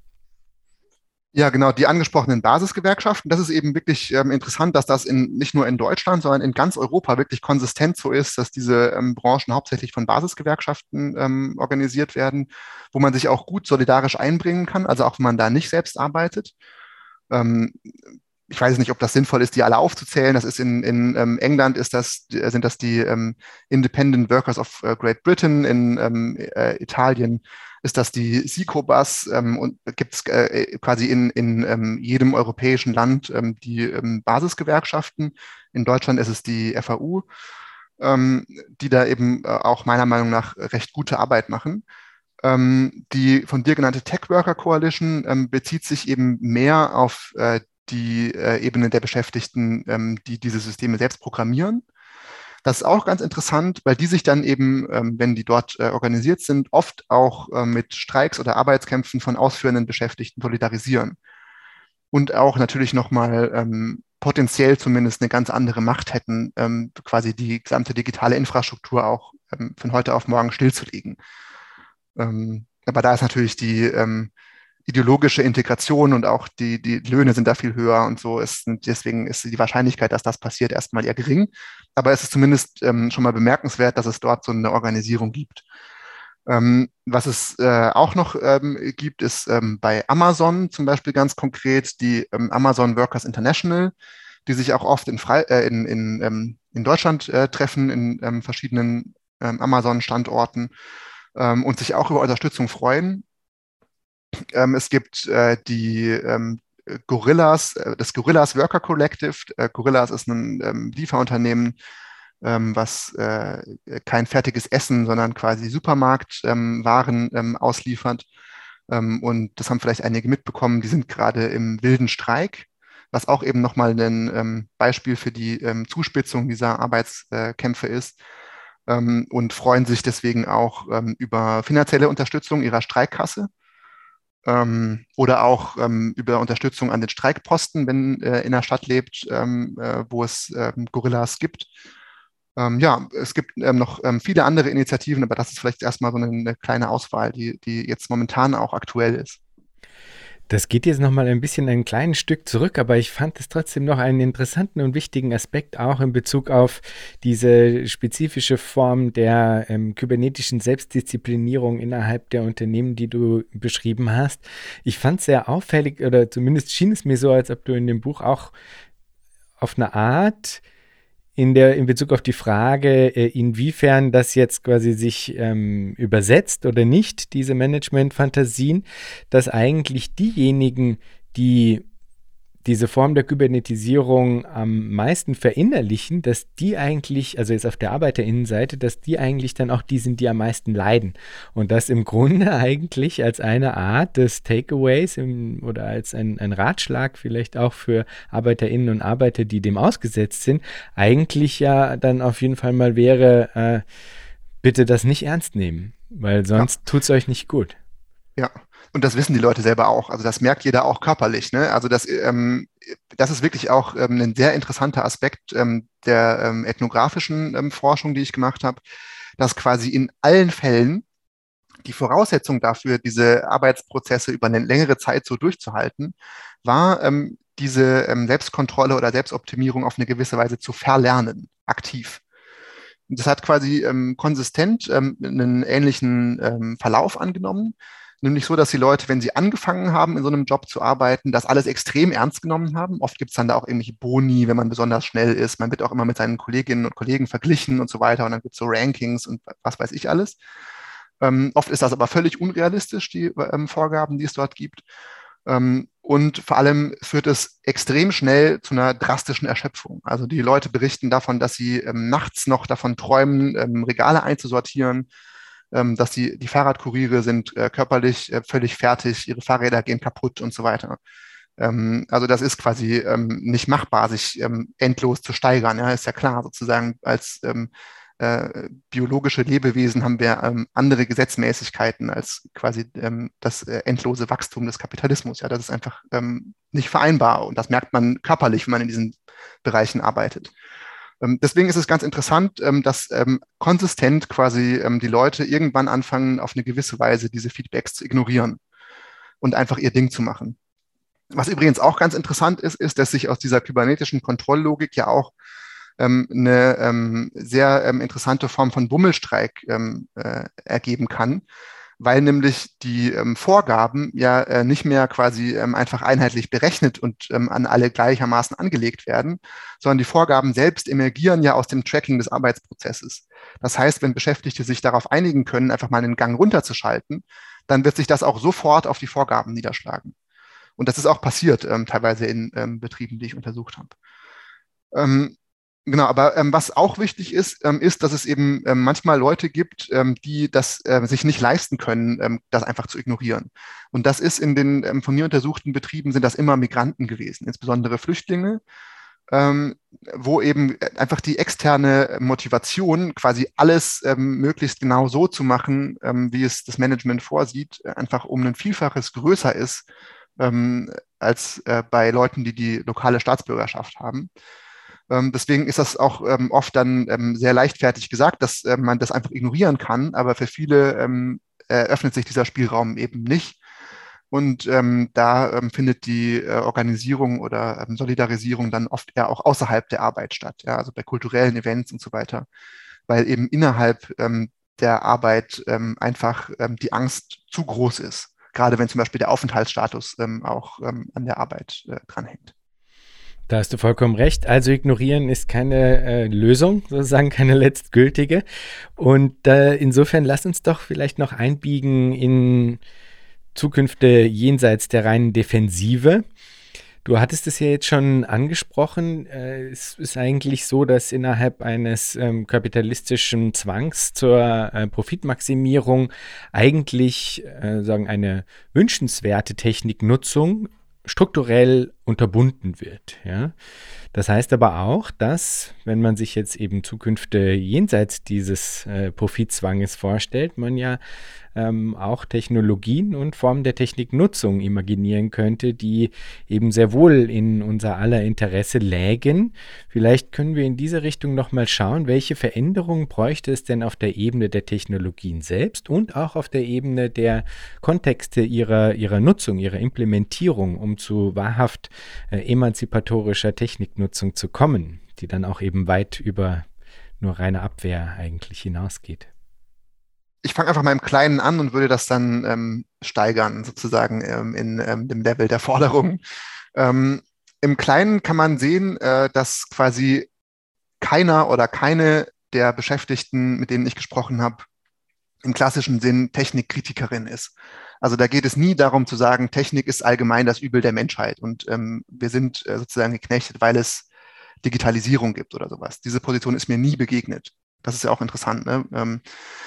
Ja, genau, die angesprochenen Basisgewerkschaften. Das ist eben wirklich ähm, interessant, dass das in, nicht nur in Deutschland, sondern in ganz Europa wirklich konsistent so ist, dass diese ähm, Branchen hauptsächlich von Basisgewerkschaften ähm, organisiert werden, wo man sich auch gut solidarisch einbringen kann, also auch wenn man da nicht selbst arbeitet. Ähm, ich weiß nicht, ob das sinnvoll ist, die alle aufzuzählen. Das ist in, in ähm, England ist das, sind das die ähm, Independent Workers of äh, Great Britain, in ähm, äh, Italien ist das die Sicobas ähm, und gibt es äh, quasi in, in ähm, jedem europäischen Land ähm, die ähm, Basisgewerkschaften. In Deutschland ist es die F A U, ähm, die da eben äh, auch meiner Meinung nach recht gute Arbeit machen. Ähm, die von dir genannte Tech Worker Coalition ähm, bezieht sich eben mehr auf äh, die äh, Ebene der Beschäftigten, ähm, die diese Systeme selbst programmieren. Das ist auch ganz interessant, weil die sich dann eben, ähm, wenn die dort äh, organisiert sind, oft auch äh, mit Streiks oder Arbeitskämpfen von ausführenden Beschäftigten solidarisieren. Und auch natürlich nochmal ähm, potenziell zumindest eine ganz andere Macht hätten, ähm, quasi die gesamte digitale Infrastruktur auch ähm, von heute auf morgen stillzulegen. Ähm, aber da ist natürlich die ähm, ideologische Integration und auch die, die Löhne sind da viel höher und so. Ist, deswegen ist die Wahrscheinlichkeit, dass das passiert, erstmal eher gering. Aber es ist zumindest ähm, schon mal bemerkenswert, dass es dort so eine Organisierung gibt. Ähm, was es äh, auch noch ähm, gibt, ist ähm, bei Amazon zum Beispiel ganz konkret die ähm, Amazon Workers International, die sich auch oft in, Frei äh, in, in, ähm, in Deutschland äh, treffen, in ähm, verschiedenen ähm, Amazon-Standorten ähm, und sich auch über Unterstützung freuen. Ähm, es gibt äh, die ähm, Gorillas, äh, das Gorillas Worker Collective. Äh, Gorillas ist ein ähm, Lieferunternehmen, ähm, was äh, kein fertiges Essen, sondern quasi Supermarktwaren ähm, ähm, ausliefert. Ähm, und das haben vielleicht einige mitbekommen, die sind gerade im wilden Streik, was auch eben nochmal ein ähm, Beispiel für die ähm, Zuspitzung dieser Arbeitskämpfe ist. Ähm, und freuen sich deswegen auch ähm, über finanzielle Unterstützung ihrer Streikkasse ähm, oder auch ähm, über Unterstützung an den Streikposten, wenn äh, in der Stadt lebt, ähm, äh, wo es ähm, Gorillas gibt. Ähm, ja, es gibt ähm, noch ähm, viele andere Initiativen, aber das ist vielleicht erstmal so eine, eine kleine Auswahl, die, die jetzt momentan auch aktuell ist. Das geht jetzt nochmal ein bisschen ein kleines Stück zurück, aber ich fand es trotzdem noch einen interessanten und wichtigen Aspekt auch in Bezug auf diese spezifische Form der ähm, kybernetischen Selbstdisziplinierung innerhalb der Unternehmen, die du beschrieben hast. Ich fand es sehr auffällig, oder zumindest schien es mir so, als ob du in dem Buch auch auf eine Art in der, in Bezug auf die Frage, äh, inwiefern das jetzt quasi sich ähm, übersetzt oder nicht, diese Management-Fantasien, dass eigentlich diejenigen, die diese Form der Kybernetisierung am meisten verinnerlichen, dass die eigentlich, also jetzt auf der ArbeiterInnenseite, dass die eigentlich dann auch die sind, die am meisten leiden. Und das im Grunde eigentlich als eine Art des Takeaways im, oder als ein, ein Ratschlag vielleicht auch für ArbeiterInnen und Arbeiter, die dem ausgesetzt sind, eigentlich ja dann auf jeden Fall mal wäre, äh, bitte das nicht ernst nehmen, weil Ja, sonst tut es euch nicht gut. ja. Und das wissen die Leute selber auch. Also das merkt jeder auch körperlich. Ne? Also das, ähm, das ist wirklich auch ähm, ein sehr interessanter Aspekt ähm, der ähm, ethnografischen ähm, Forschung, die ich gemacht habe, dass quasi in allen Fällen die Voraussetzung dafür, diese Arbeitsprozesse über eine längere Zeit so durchzuhalten, war, ähm, diese ähm, Selbstkontrolle oder Selbstoptimierung auf eine gewisse Weise zu verlernen, aktiv. Das hat quasi ähm, konsistent ähm, einen ähnlichen ähm, Verlauf angenommen, nämlich so, dass die Leute, wenn sie angefangen haben, in so einem Job zu arbeiten, das alles extrem ernst genommen haben. Oft gibt es dann da auch irgendwelche Boni, wenn man besonders schnell ist. Man wird auch immer mit seinen Kolleginnen und Kollegen verglichen und so weiter. Und dann gibt es so Rankings und was weiß ich alles. Ähm, oft ist das aber völlig unrealistisch, die ähm, Vorgaben, die es dort gibt. Ähm, und vor allem führt es extrem schnell zu einer drastischen Erschöpfung. Also die Leute berichten davon, dass sie ähm, nachts noch davon träumen, ähm, Regale einzusortieren, ähm, dass die, die Fahrradkuriere sind äh, körperlich äh, völlig fertig, ihre Fahrräder gehen kaputt und so weiter. Ähm, also das ist quasi ähm, nicht machbar, sich ähm, endlos zu steigern. Ja, ist ja klar, sozusagen als ähm, äh, biologische Lebewesen haben wir ähm, andere Gesetzmäßigkeiten als quasi ähm, das äh, endlose Wachstum des Kapitalismus. Ja, das ist einfach ähm, nicht vereinbar und das merkt man körperlich, wenn man in diesen Bereichen arbeitet. Ähm, deswegen ist es ganz interessant, ähm, dass ähm, konsistent quasi ähm, die Leute irgendwann anfangen, auf eine gewisse Weise diese Feedbacks zu ignorieren und einfach ihr Ding zu machen. Was übrigens auch ganz interessant ist, ist, dass sich aus dieser kybernetischen Kontrolllogik ja auch ähm, eine ähm, sehr ähm, interessante Form von Bummelstreik ähm, äh, ergeben kann, weil nämlich die ähm, Vorgaben ja äh, nicht mehr quasi ähm, einfach einheitlich berechnet und ähm, an alle gleichermaßen angelegt werden, sondern die Vorgaben selbst emergieren ja aus dem Tracking des Arbeitsprozesses. Das heißt, wenn Beschäftigte sich darauf einigen können, einfach mal einen Gang runterzuschalten, dann wird sich das auch sofort auf die Vorgaben niederschlagen. Und das ist auch passiert, ähm, teilweise in ähm, Betrieben, die ich untersucht habe. Ähm, genau, aber ähm, was auch wichtig ist, ähm, ist, dass es eben ähm, manchmal Leute gibt, ähm, die das äh, sich nicht leisten können, ähm, das einfach zu ignorieren. Und das ist in den ähm, von mir untersuchten Betrieben sind das immer Migranten gewesen, insbesondere Flüchtlinge, ähm, wo eben einfach die externe Motivation, quasi alles ähm, möglichst genau so zu machen, ähm, wie es das Management vorsieht, äh, einfach um ein Vielfaches größer ist ähm, als äh, bei Leuten, die die lokale Staatsbürgerschaft haben. Ähm, deswegen ist das auch ähm, oft dann ähm, sehr leichtfertig gesagt, dass äh, man das einfach ignorieren kann, aber für viele ähm, eröffnet sich dieser Spielraum eben nicht. Und ähm, da ähm, findet die äh, Organisierung oder ähm, Solidarisierung dann oft eher auch außerhalb der Arbeit statt, ja, also bei kulturellen Events und so weiter, weil eben innerhalb ähm, der Arbeit ähm, einfach ähm, die Angst zu groß ist. Gerade wenn zum Beispiel der Aufenthaltsstatus ähm, auch ähm, an der Arbeit äh, dranhängt. Da hast du vollkommen recht. Also ignorieren ist keine äh, Lösung, sozusagen keine letztgültige. Und äh, insofern lass uns doch vielleicht noch einbiegen in Zukünfte jenseits der reinen Defensive. Du hattest es ja jetzt schon angesprochen. Äh, es ist eigentlich so, dass innerhalb eines ähm, kapitalistischen Zwangs zur äh, Profitmaximierung eigentlich äh, sagen eine wünschenswerte Techniknutzung strukturell unterbunden wird. Ja? Das heißt aber auch, dass, wenn man sich jetzt eben Zukünfte jenseits dieses äh, Profitzwanges vorstellt, man ja ähm, auch Technologien und Formen der Techniknutzung imaginieren könnte, die eben sehr wohl in unser aller Interesse lägen. Vielleicht können wir in diese Richtung nochmal schauen, welche Veränderungen bräuchte es denn auf der Ebene der Technologien selbst und auch auf der Ebene der Kontexte ihrer, ihrer Nutzung, ihrer Implementierung, um zu wahrhaft äh, emanzipatorischer Techniknutzung zu kommen, die dann auch eben weit über nur reine Abwehr eigentlich hinausgeht. Ich fange einfach mal im Kleinen an und würde das dann ähm, steigern, sozusagen ähm, in ähm, dem Level der Forderungen. Ähm, Im Kleinen kann man sehen, äh, dass quasi keiner oder keine der Beschäftigten, mit denen ich gesprochen habe, im klassischen Sinn Technikkritikerin ist. Also da geht es nie darum zu sagen, Technik ist allgemein das Übel der Menschheit und ähm, wir sind äh, sozusagen geknechtet, weil es Digitalisierung gibt oder sowas. Diese Position ist mir nie begegnet. Das ist ja auch interessant, ne? Ähm,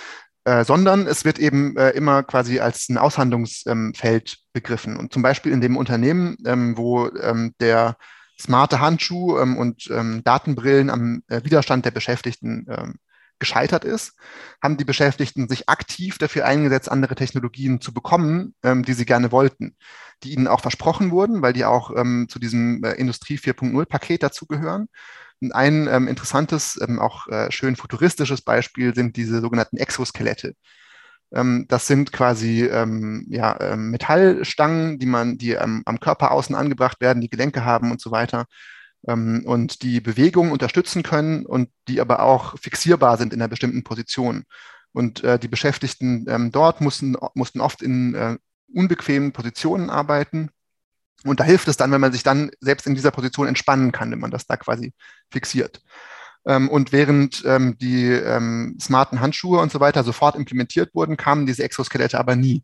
Äh, sondern es wird eben äh, immer quasi als ein Aushandlungsfeld ähm, begriffen. Und zum Beispiel in dem Unternehmen, ähm, wo ähm, der smarte Handschuh ähm, und ähm, Datenbrillen am äh, Widerstand der Beschäftigten ähm, gescheitert ist, haben die Beschäftigten sich aktiv dafür eingesetzt, andere Technologien zu bekommen, ähm, die sie gerne wollten, die ihnen auch versprochen wurden, weil die auch ähm, zu diesem äh, Industrie vier Punkt null-Paket dazugehören. Ein ähm, interessantes, ähm, auch äh, schön futuristisches Beispiel sind diese sogenannten Exoskelette. Ähm, das sind quasi ähm, ja, ähm, Metallstangen, die man, die ähm, am Körper außen angebracht werden, die Gelenke haben und so weiter ähm, und die Bewegungen unterstützen können und die aber auch fixierbar sind in einer bestimmten Position. Und äh, die Beschäftigten ähm, dort mussten, mussten oft in äh, unbequemen Positionen arbeiten. Und da hilft es dann, wenn man sich dann selbst in dieser Position entspannen kann, wenn man das da quasi fixiert. Ähm, und während ähm, die ähm, smarten Handschuhe und so weiter sofort implementiert wurden, kamen diese Exoskelette aber nie.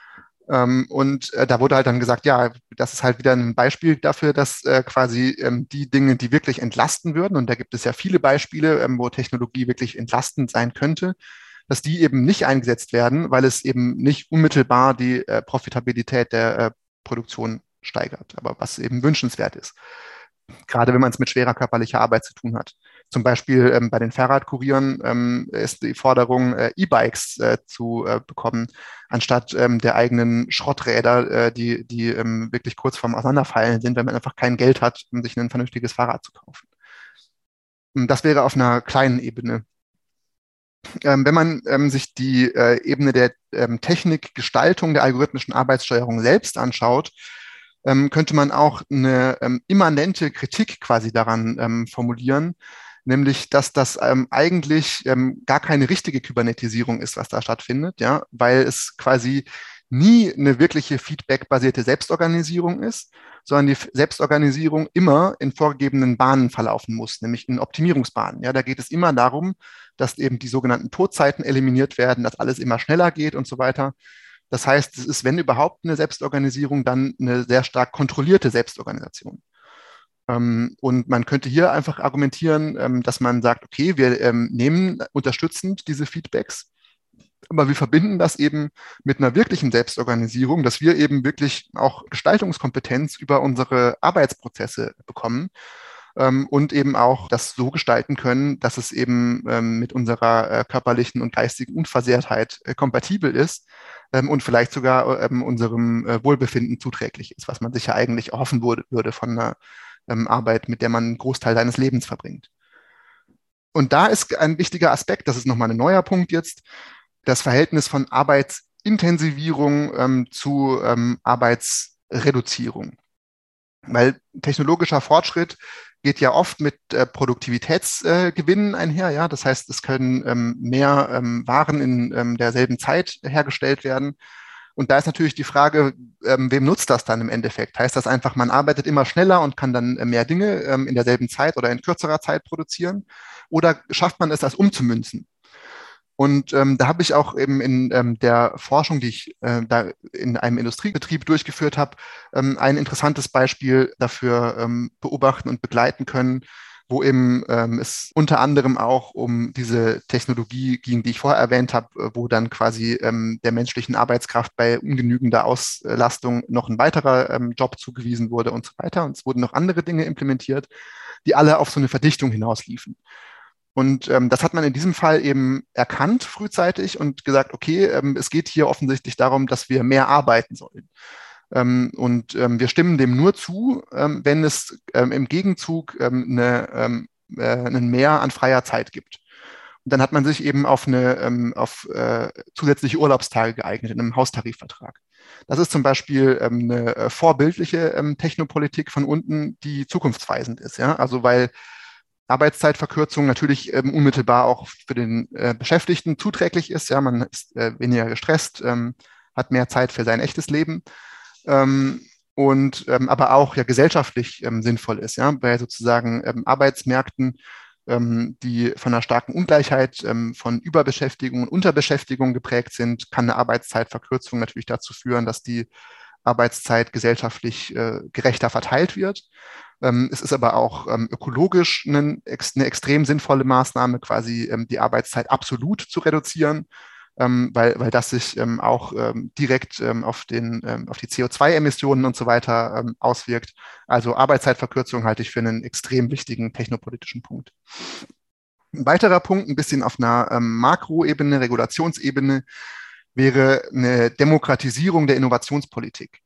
Ähm, und äh, da wurde halt dann gesagt, ja, das ist halt wieder ein Beispiel dafür, dass äh, quasi ähm, die Dinge, die wirklich entlasten würden, und da gibt es ja viele Beispiele, ähm, wo Technologie wirklich entlastend sein könnte, dass die eben nicht eingesetzt werden, weil es eben nicht unmittelbar die äh, Profitabilität der äh, Produktion steigert, aber was eben wünschenswert ist. Gerade wenn man es mit schwerer körperlicher Arbeit zu tun hat. Zum Beispiel ähm, bei den Fahrradkurieren ähm, ist die Forderung, äh, E-Bikes äh, zu äh, bekommen, anstatt ähm, der eigenen Schrotträder, äh, die, die ähm, wirklich kurz vorm Auseinanderfallen sind, wenn man einfach kein Geld hat, um sich ein vernünftiges Fahrrad zu kaufen. Und das wäre auf einer kleinen Ebene. Ähm, wenn man ähm, sich die äh, Ebene der ähm, Technikgestaltung der algorithmischen Arbeitssteuerung selbst anschaut, ähm, könnte man auch eine ähm, immanente Kritik quasi daran ähm, formulieren, nämlich, dass das ähm, eigentlich ähm, gar keine richtige Kybernetisierung ist, was da stattfindet, ja, weil es quasi nie eine wirkliche feedback-basierte Selbstorganisierung ist, sondern die Selbstorganisierung immer in vorgegebenen Bahnen verlaufen muss, nämlich in Optimierungsbahnen. Ja, da geht es immer darum, dass eben die sogenannten Todzeiten eliminiert werden, dass alles immer schneller geht und so weiter. Das heißt, es ist, wenn überhaupt eine Selbstorganisierung, dann eine sehr stark kontrollierte Selbstorganisation. Ähm, und man könnte hier einfach argumentieren, ähm, dass man sagt, okay, wir ähm, nehmen unterstützend diese Feedbacks, aber wir verbinden das eben mit einer wirklichen Selbstorganisierung, dass wir eben wirklich auch Gestaltungskompetenz über unsere Arbeitsprozesse bekommen ähm, und eben auch das so gestalten können, dass es eben ähm, mit unserer äh, körperlichen und geistigen Unversehrtheit äh, kompatibel ist ähm, und vielleicht sogar ähm, unserem äh, Wohlbefinden zuträglich ist, was man sich ja eigentlich erhoffen würde, würde von einer ähm, Arbeit, mit der man einen Großteil seines Lebens verbringt. Und da ist ein wichtiger Aspekt, das ist nochmal ein neuer Punkt jetzt, das Verhältnis von Arbeitsintensivierung ähm, zu ähm, Arbeitsreduzierung. Weil technologischer Fortschritt geht ja oft mit äh, Produktivitätsgewinnen äh, einher. Ja? Das heißt, es können ähm, mehr ähm, Waren in ähm, derselben Zeit hergestellt werden. Und da ist natürlich die Frage, ähm, wem nutzt das dann im Endeffekt? Heißt das einfach, man arbeitet immer schneller und kann dann äh, mehr Dinge ähm, in derselben Zeit oder in kürzerer Zeit produzieren? Oder schafft man es, das umzumünzen? Und ähm, da habe ich auch eben in ähm, der Forschung, die ich äh, da in einem Industriebetrieb durchgeführt habe, ähm, ein interessantes Beispiel dafür ähm, beobachten und begleiten können, wo eben ähm, es unter anderem auch um diese Technologie ging, die ich vorher erwähnt habe, äh, wo dann quasi ähm, der menschlichen Arbeitskraft bei ungenügender Auslastung noch ein weiterer ähm, Job zugewiesen wurde und so weiter. Und es wurden noch andere Dinge implementiert, die alle auf so eine Verdichtung hinausliefen. Und ähm, das hat man in diesem Fall eben erkannt frühzeitig und gesagt, okay, ähm, es geht hier offensichtlich darum, dass wir mehr arbeiten sollen. Ähm, und ähm, wir stimmen dem nur zu, ähm, wenn es ähm, im Gegenzug ähm, eine, ähm, äh, einen Mehr an freier Zeit gibt. Und dann hat man sich eben auf, eine, ähm, auf äh, zusätzliche Urlaubstage geeignet in einem Haustarifvertrag. Das ist zum Beispiel ähm, eine äh, vorbildliche ähm, Technopolitik von unten, die zukunftsweisend ist. Ja? Also weil Arbeitszeitverkürzung natürlich ähm, unmittelbar auch für den äh, Beschäftigten zuträglich ist. Ja, man ist äh, weniger gestresst, ähm, hat mehr Zeit für sein echtes Leben ähm, und ähm, aber auch ja gesellschaftlich ähm, sinnvoll ist. Ja, bei sozusagen ähm, Arbeitsmärkten, ähm, die von einer starken Ungleichheit, ähm, von Überbeschäftigung und Unterbeschäftigung geprägt sind, kann eine Arbeitszeitverkürzung natürlich dazu führen, dass die Arbeitszeit gesellschaftlich äh, gerechter verteilt wird. Ähm, es ist aber auch ähm, ökologisch eine, eine extrem sinnvolle Maßnahme, quasi ähm, die Arbeitszeit absolut zu reduzieren, ähm, weil, weil das sich ähm, auch ähm, direkt ähm, auf, den, ähm, auf die C O zwei Emissionen und so weiter ähm, auswirkt. Also Arbeitszeitverkürzung halte ich für einen extrem wichtigen technopolitischen Punkt. Ein weiterer Punkt, ein bisschen auf einer ähm, Makroebene, Regulationsebene, wäre eine Demokratisierung der Innovationspolitik.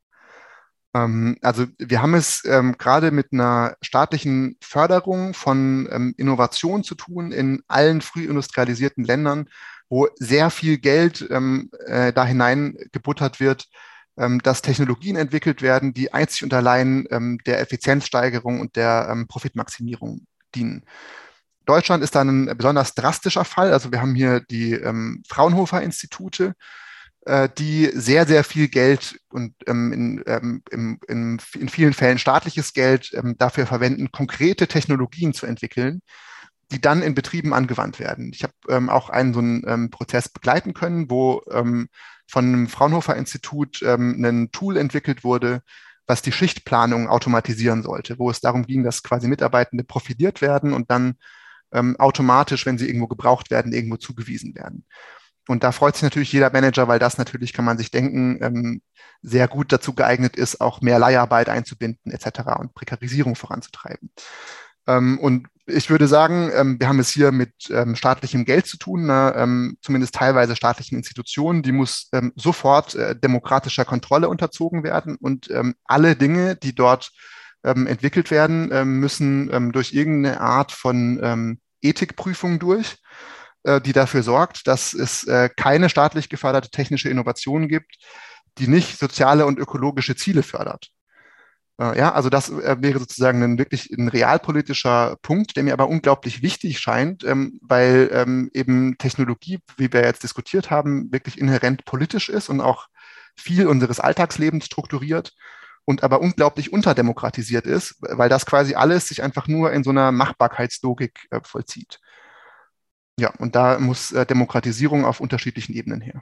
Ähm, also wir haben es ähm, gerade mit einer staatlichen Förderung von ähm, Innovation zu tun in allen früh industrialisierten Ländern, wo sehr viel Geld ähm, äh, da hineingebuttert wird, ähm, dass Technologien entwickelt werden, die einzig und allein ähm, der Effizienzsteigerung und der ähm, Profitmaximierung dienen. Deutschland ist da ein besonders drastischer Fall. Also wir haben hier die ähm, Fraunhofer-Institute, äh, die sehr, sehr viel Geld und ähm, in, ähm, im, in, in vielen Fällen staatliches Geld ähm, dafür verwenden, konkrete Technologien zu entwickeln, die dann in Betrieben angewandt werden. Ich habe ähm, auch einen so einen ähm, Prozess begleiten können, wo ähm, von einem Fraunhofer-Institut ähm, ein Tool entwickelt wurde, was die Schichtplanung automatisieren sollte, wo es darum ging, dass quasi Mitarbeitende profiliert werden und dann ähm, automatisch, wenn sie irgendwo gebraucht werden, irgendwo zugewiesen werden. Und da freut sich natürlich jeder Manager, weil das natürlich, kann man sich denken, ähm, sehr gut dazu geeignet ist, auch mehr Leiharbeit einzubinden et cetera und Prekarisierung voranzutreiben. Ähm, und ich würde sagen, ähm, wir haben es hier mit ähm, staatlichem Geld zu tun, ne, ähm, zumindest teilweise staatlichen Institutionen. Die muss ähm, sofort äh, demokratischer Kontrolle unterzogen werden und ähm, alle Dinge, die dort ähm, entwickelt werden, ähm, müssen ähm, durch irgendeine Art von ähm, Ethikprüfung durch, äh, die dafür sorgt, dass es äh, keine staatlich geförderte technische Innovation gibt, die nicht soziale und ökologische Ziele fördert. Äh, ja, also das äh, wäre sozusagen ein wirklich ein realpolitischer Punkt, der mir aber unglaublich wichtig scheint, ähm, weil ähm, eben Technologie, wie wir jetzt diskutiert haben, wirklich inhärent politisch ist und auch viel unseres Alltagslebens strukturiert und aber unglaublich unterdemokratisiert ist, weil das quasi alles sich einfach nur in so einer Machbarkeitslogik äh, vollzieht. Ja, und da muss äh, Demokratisierung auf unterschiedlichen Ebenen her.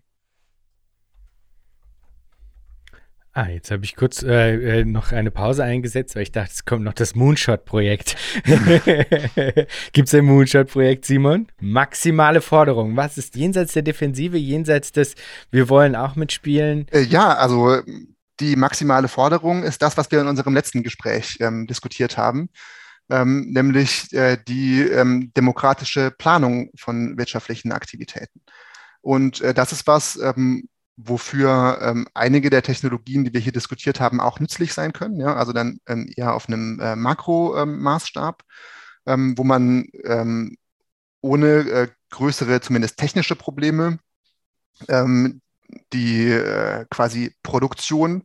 Ah, jetzt habe ich kurz äh, äh, noch eine Pause eingesetzt, weil ich dachte, es kommt noch das Moonshot-Projekt. Gibt es ein Moonshot-Projekt, Simon? Maximale Forderung. Was ist jenseits der Defensive, jenseits des, wir wollen auch mitspielen? Äh, ja, also die maximale Forderung ist das, was wir in unserem letzten Gespräch ähm, diskutiert haben, ähm, nämlich äh, die ähm, demokratische Planung von wirtschaftlichen Aktivitäten. Und äh, das ist was, ähm, wofür ähm, einige der Technologien, die wir hier diskutiert haben, auch nützlich sein können. Ja? Also dann ähm, eher auf einem äh, Makromaßstab, ähm, wo man ähm, ohne äh, größere, zumindest technische Probleme, ähm, die äh, quasi Produktion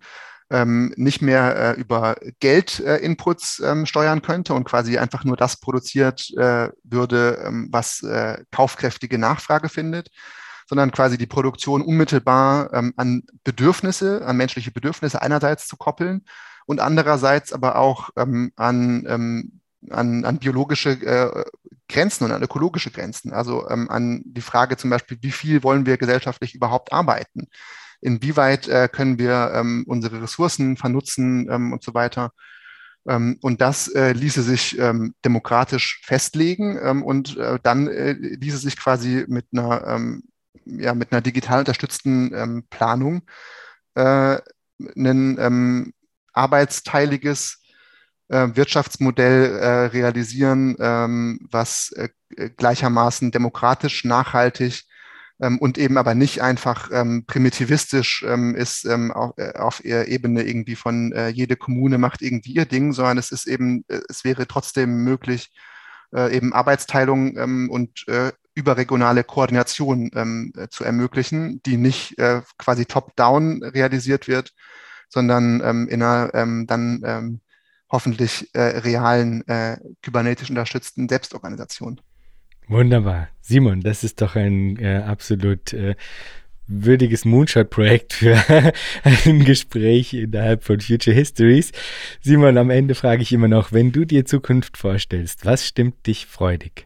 ähm, nicht mehr äh, über Geldinputs äh, ähm, steuern könnte und quasi einfach nur das produziert äh, würde, ähm, was äh, kaufkräftige Nachfrage findet, sondern quasi die Produktion unmittelbar ähm, an Bedürfnisse, an menschliche Bedürfnisse einerseits zu koppeln und andererseits aber auch ähm, an, ähm, an, an biologische äh, Grenzen und an ökologische Grenzen. Also ähm, an die Frage zum Beispiel, wie viel wollen wir gesellschaftlich überhaupt arbeiten? Inwieweit äh, können wir ähm, unsere Ressourcen vernutzen ähm, und so weiter. Ähm, und das äh, ließe sich ähm, demokratisch festlegen ähm, und äh, dann äh, ließe sich quasi mit einer, ähm, ja, mit einer digital unterstützten ähm, Planung äh, ein ähm, arbeitsteiliges äh, Wirtschaftsmodell äh, realisieren, ähm, was äh, gleichermaßen demokratisch, nachhaltig ähm, und eben aber nicht einfach ähm, primitivistisch ähm, ist ähm, auf, äh, auf der Ebene irgendwie von äh, jede Kommune macht irgendwie ihr Ding, sondern es ist eben, äh, es wäre trotzdem möglich, äh, eben Arbeitsteilung ähm, und äh, überregionale Koordination ähm, äh, zu ermöglichen, die nicht äh, quasi top-down realisiert wird, sondern ähm, in einer ähm, dann ähm, hoffentlich äh, realen, äh, kybernetisch unterstützten Selbstorganisation. Wunderbar. Simon, das ist doch ein äh, absolut äh, würdiges Moonshot-Projekt für ein Gespräch innerhalb von Future Histories. Simon, am Ende frage ich immer noch, wenn du dir Zukunft vorstellst, was stimmt dich freudig?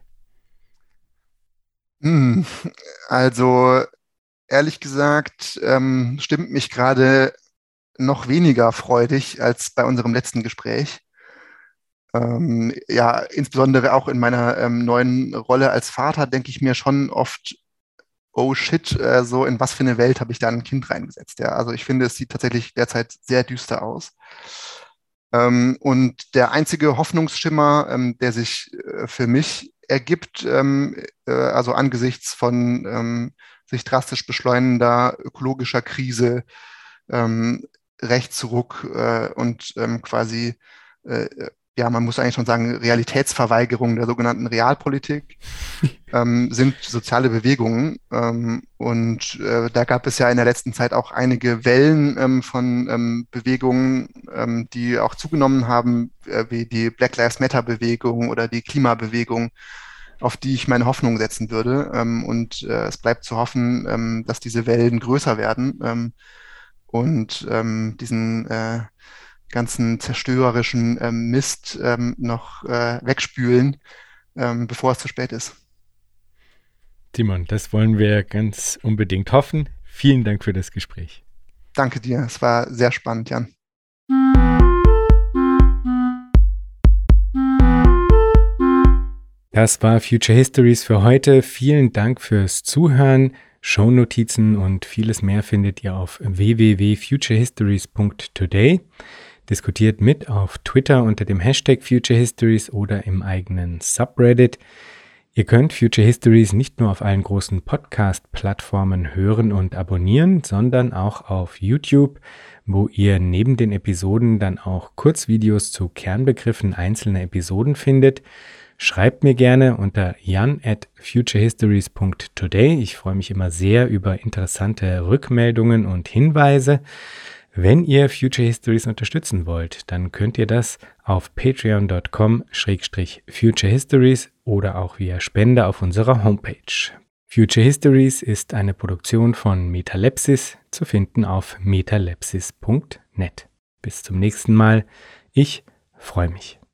Hm, also ehrlich gesagt, ähm, stimmt mich gerade noch weniger freudig als bei unserem letzten Gespräch. Ähm, ja, insbesondere auch in meiner ähm, neuen Rolle als Vater denke ich mir schon oft, oh shit, äh, so in was für eine Welt habe ich da ein Kind reingesetzt. Ja, also ich finde, es sieht tatsächlich derzeit sehr düster aus. Ähm, und der einzige Hoffnungsschimmer, ähm, der sich äh, für mich ergibt, ähm, äh, also angesichts von ähm, sich drastisch beschleunigender ökologischer Krise, ähm, Rechtsruck äh, und ähm, quasi, äh, ja, man muss eigentlich schon sagen, Realitätsverweigerung der sogenannten Realpolitik, ähm, sind soziale Bewegungen. Ähm, und äh, da gab es ja in der letzten Zeit auch einige Wellen ähm, von ähm, Bewegungen, ähm, die auch zugenommen haben, äh, wie die Black Lives Matter-Bewegung oder die Klimabewegung, auf die ich meine Hoffnung setzen würde. Ähm, und äh, es bleibt zu hoffen, ähm, dass diese Wellen größer werden ähm, und ähm, diesen äh, ganzen zerstörerischen ähm, Mist ähm, noch äh, wegspülen, ähm, bevor es zu spät ist. Simon, das wollen wir ganz unbedingt hoffen. Vielen Dank für das Gespräch. Danke dir, es war sehr spannend, Jan. Das war Future Histories für heute. Vielen Dank fürs Zuhören. Shownotizen und vieles mehr findet ihr auf w w w punkt futurehistories punkt today. Diskutiert mit auf Twitter unter dem Hashtag Future Histories oder im eigenen Subreddit. Ihr könnt Future Histories nicht nur auf allen großen Podcast-Plattformen hören und abonnieren, sondern auch auf YouTube, wo ihr neben den Episoden dann auch Kurzvideos zu Kernbegriffen einzelner Episoden findet. Schreibt mir gerne unter jan at futurehistories punkt today. Ich freue mich immer sehr über interessante Rückmeldungen und Hinweise. Wenn ihr Future Histories unterstützen wollt, dann könnt ihr das auf patreon punkt com slash futurehistories oder auch via Spende auf unserer Homepage. Future Histories ist eine Produktion von Metalepsis, zu finden auf metalepsis punkt net. Bis zum nächsten Mal. Ich freue mich.